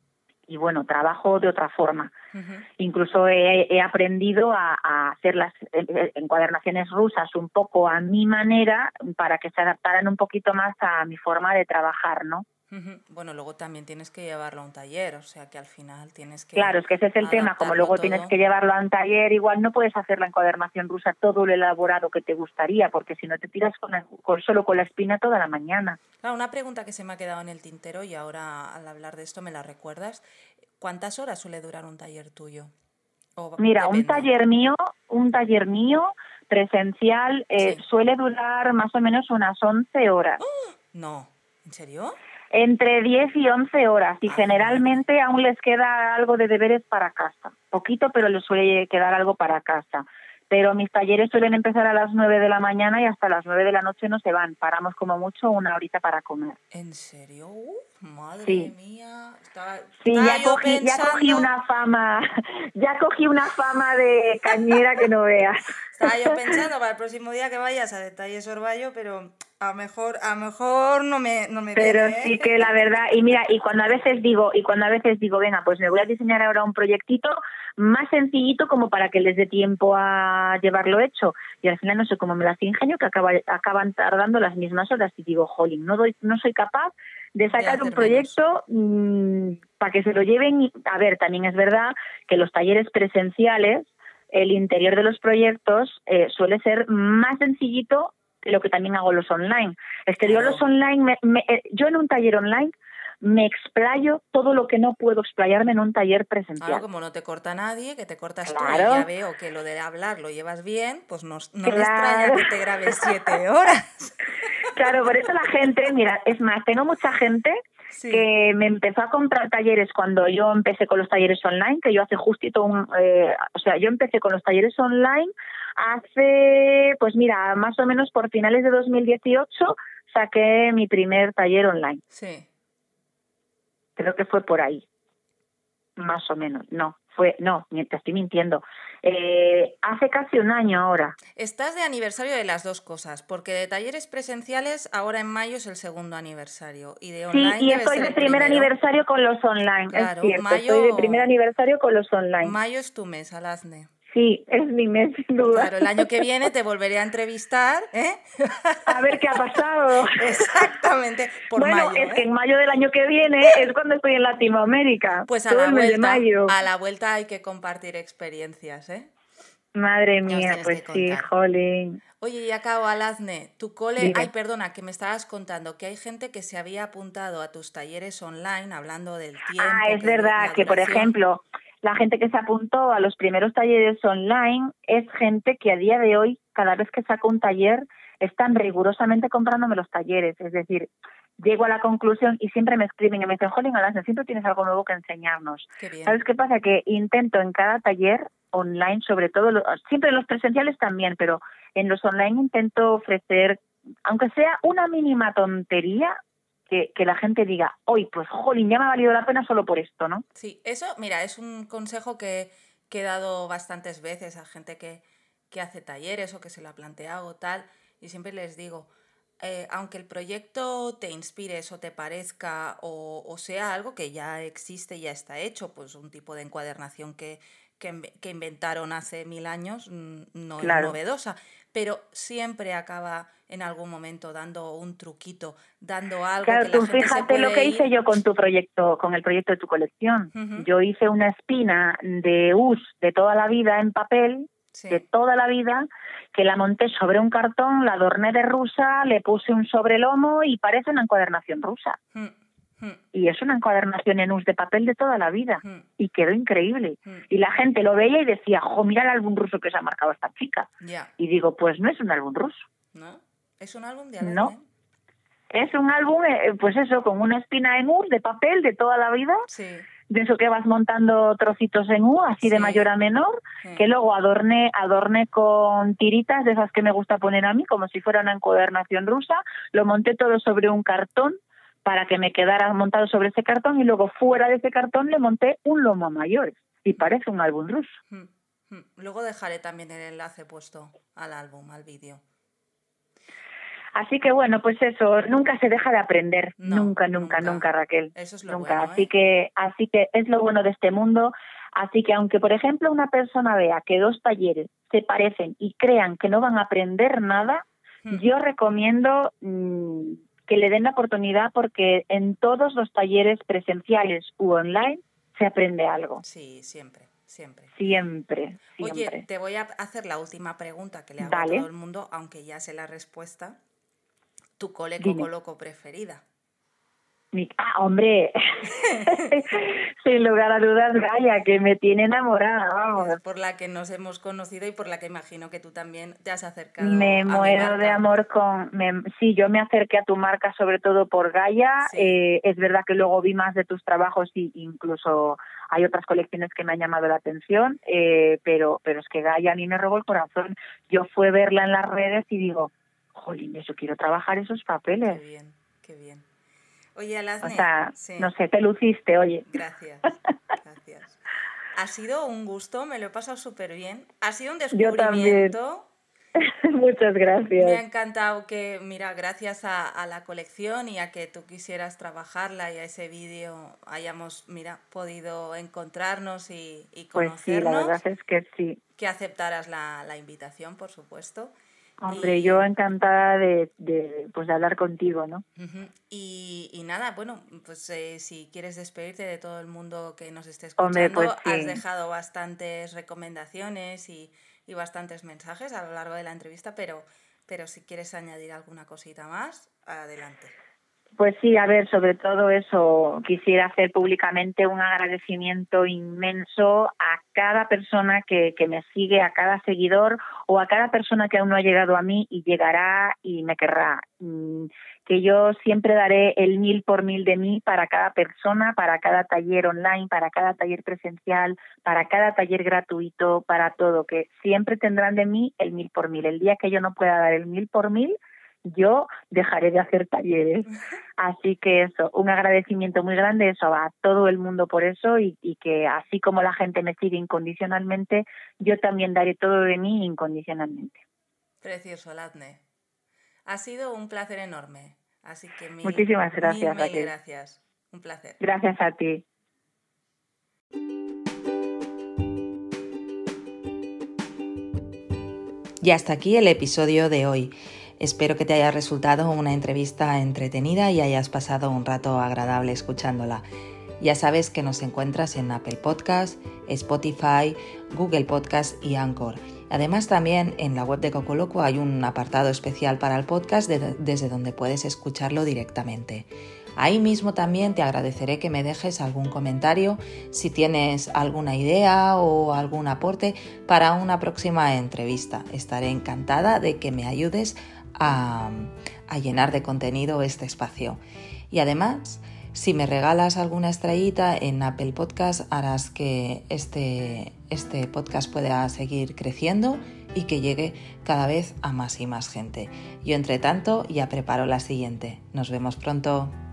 bueno, trabajo de otra forma. Incluso he aprendido a hacer las encuadernaciones rusas un poco a mi manera para que se adaptaran un poquito más a mi forma de trabajar, ¿no? Bueno, luego también tienes que llevarlo a un taller, o sea que al final tienes que Claro, es que ese es el tema, como luego todo. tienes que llevarlo a un taller, igual no puedes hacer la encuadernación rusa todo lo elaborado que te gustaría, porque si no te tiras solo con la espina toda la mañana. Claro, una pregunta que se me ha quedado en el tintero y ahora al hablar de esto me la recuerdas. ¿Cuántas horas suele durar un taller tuyo? Mira, depende. un taller mío presencial suele durar más o menos unas 11 horas. ¡Oh! No, ¿en serio? Entre 10 y 11 horas y generalmente aún les queda algo de deberes para casa. Poquito, pero les suele quedar algo para casa. Pero mis talleres suelen empezar a las 9 de la mañana y hasta las 9 de la noche no se van. Paramos como mucho una horita para comer. ¿En serio? Madre mía. Sí, ya cogí una fama, de cañera que no veas. Estaba yo pensando para el próximo día que vayas a Detalles Orballo, pero a lo mejor no me pero viene, ¿eh? Sí que la verdad, y mira, y cuando a veces digo, venga, pues me voy a diseñar ahora un proyectito más sencillito como para que les dé tiempo a llevarlo hecho, y al final no sé cómo me las ingenio que acaban tardando las mismas horas y digo, jolín, no soy capaz de sacar un proyecto para que se lo lleven. Y a ver, también es verdad que los talleres presenciales, el interior de los proyectos suele ser más sencillito que lo que también hago los online. Es que Claro. Yo los online, yo en un taller online me explayo todo lo que no puedo explayarme en un taller presencial. Claro, como no te corta nadie, que te cortas tú, y Claro. ya veo que lo de hablar lo llevas bien, pues no me extraña que te grabes 7 horas. Claro, por eso la gente, mira, es más, tengo mucha gente que me empezó a comprar talleres cuando yo empecé con los talleres online, que yo hace justito yo empecé con los talleres online hace, pues mira, más o menos por finales de 2018 saqué mi primer taller online. Sí. Creo que fue por ahí, más o menos. No, no, te estoy mintiendo, hace casi un año ahora. Estás de aniversario de las dos cosas, porque de talleres presenciales ahora en mayo es el segundo aniversario y de Sí, online y debe estoy ser de el primer primero. aniversario con los online, Claro, es cierto, estoy de primer aniversario con los online. Mayo es tu mes, Alazne. Sí, es mi mes, sin duda. Claro, el año que viene te volveré a entrevistar, ¿eh? A ver qué ha pasado. Exactamente, por bueno, mayo, es que en mayo del año que viene es cuando estoy en Latinoamérica. Pues todo el mes de mayo. a la vuelta hay que compartir experiencias, ¿eh? Madre Ya os mía, tienes pues que sí, contar. jolín. Oye, y acabo, Alazne, tu cole... Ay, Dime. perdona, que me estabas contando que hay gente que se había apuntado a tus talleres online, hablando del Ah, tiempo, es verdad la que, por duración. ejemplo, la gente que se apuntó a los primeros talleres online es gente que a día de hoy, cada vez que saco un taller, están rigurosamente comprándome los talleres. Es decir, llego a la conclusión y siempre me escriben y me dicen, jolín, Alasne, siempre tienes algo nuevo que enseñarnos. Qué bien. ¿Sabes qué pasa? Que intento en cada taller online, sobre todo, siempre en los presenciales también, pero en los online intento ofrecer, aunque sea una mínima tontería, que la gente diga, hoy, pues, jolín, ya me ha valido la pena solo por esto, ¿no? Sí, eso, mira, es un consejo que he dado bastantes veces a gente que hace talleres o que se lo ha planteado o tal, y siempre les digo, aunque el proyecto te inspires o te parezca o sea algo que ya existe y ya está hecho, pues un tipo de encuadernación que inventaron hace 1000 años, no es Claro. novedosa, pero siempre acaba en algún momento dando un truquito, dando algo Claro, que la tú gente se fíjate lo puede que ir... hice yo con tu proyecto, con el proyecto de tu colección. Ujú. Yo hice una espina de hus de toda la vida en papel, Sí. de toda la vida, que la monté sobre un cartón, la adorné de rusa, le puse un sobrelomo y parece una encuadernación rusa. Y es una encuadernación en hus de papel de toda la vida. Y quedó increíble. Y la gente lo veía y decía, jo, mira el álbum ruso que se ha marcado esta chica. Ya. Y digo, pues no es un álbum ruso. ¿No? ¿Es un álbum de Alazne? No. Es un álbum, pues eso, con una espina en U de papel de toda la vida. Sí. De eso que vas montando trocitos en U, así Sí. de mayor a menor, Sí. que luego adorné con tiritas de esas que me gusta poner a mí, como si fuera una encuadernación rusa. Lo monté todo sobre un cartón para que me quedara montado sobre ese cartón y luego fuera de ese cartón le monté un lomo a mayores. Y parece un álbum ruso. Luego dejaré también el enlace puesto al álbum, al vídeo. Así que bueno, pues eso, nunca se deja de aprender, No, nunca, Raquel. Eso es lo nunca. bueno, Así que es lo bueno de este mundo. Así que aunque, por ejemplo, una persona vea que dos talleres se parecen y crean que no van a aprender nada, yo recomiendo que le den la oportunidad porque en todos los talleres presenciales u online se aprende algo. Sí, siempre. Siempre. Oye, te voy a hacer la última pregunta que le hago Dale. a todo el mundo, aunque ya sé la respuesta. ¿Tu cole Dime. Cocoloco preferida? Hombre, sin lugar a dudas, Gaia, que me tiene enamorada, vamos. Es por la que nos hemos conocido y por la que imagino que tú también te has acercado Me a mi muero marca. de amor sí, yo me acerqué a tu marca sobre todo por Gaia. Sí. Es verdad que luego vi más de tus trabajos y incluso hay otras colecciones que me han llamado la atención, pero es que Gaia a mí me robó el corazón. Yo fui a verla en las redes y digo, jolín, yo quiero trabajar esos papeles. Qué bien. Oye, Alazne, O sea, sí. no sé, te luciste, oye. Gracias. Ha sido un gusto, me lo he pasado súper bien. Ha sido un Yo también. descubrimiento. Muchas gracias. Me ha encantado que, mira, gracias a la colección y a que tú quisieras trabajarla y a ese vídeo hayamos, mira, podido encontrarnos y conocernos. Pues sí, la verdad es que sí. Que aceptaras la invitación, por supuesto. Hombre, yo encantada de hablar contigo, ¿no? Y nada, bueno, pues si quieres despedirte de todo el mundo que nos esté escuchando, Hombre, pues sí. has dejado bastantes recomendaciones y bastantes mensajes a lo largo de la entrevista, pero si quieres añadir alguna cosita más, adelante. Pues sí, a ver, sobre todo eso, quisiera hacer públicamente un agradecimiento inmenso a cada persona que me sigue, a cada seguidor o a cada persona que aún no ha llegado a mí y llegará y me querrá. Que yo siempre daré el 1000 por 1000 de mí para cada persona, para cada taller online, para cada taller presencial, para cada taller gratuito, para todo, que siempre tendrán de mí el 1000 por 1000. El día que yo no pueda dar el 1000 por 1000, yo dejaré de hacer talleres. Así que eso, un agradecimiento muy grande eso a todo el mundo por eso y que así como la gente me sigue incondicionalmente, yo también daré todo de mí incondicionalmente. Precioso, Ladne. Ha sido un placer enorme. Así que muchísimas gracias, mil gracias. Un placer. Gracias a ti. Y hasta aquí el episodio de hoy. Espero que te haya resultado una entrevista entretenida y hayas pasado un rato agradable escuchándola. Ya sabes que nos encuentras en Apple Podcasts, Spotify, Google Podcasts y Anchor. Además, también en la web de Cocoloco hay un apartado especial para el podcast desde donde puedes escucharlo directamente. Ahí mismo también te agradeceré que me dejes algún comentario si tienes alguna idea o algún aporte para una próxima entrevista. Estaré encantada de que me ayudes a llenar de contenido este espacio. Y además, si me regalas alguna estrellita en Apple Podcast, harás que este podcast pueda seguir creciendo y que llegue cada vez a más y más gente. Yo, entre tanto, ya preparo la siguiente. Nos vemos pronto.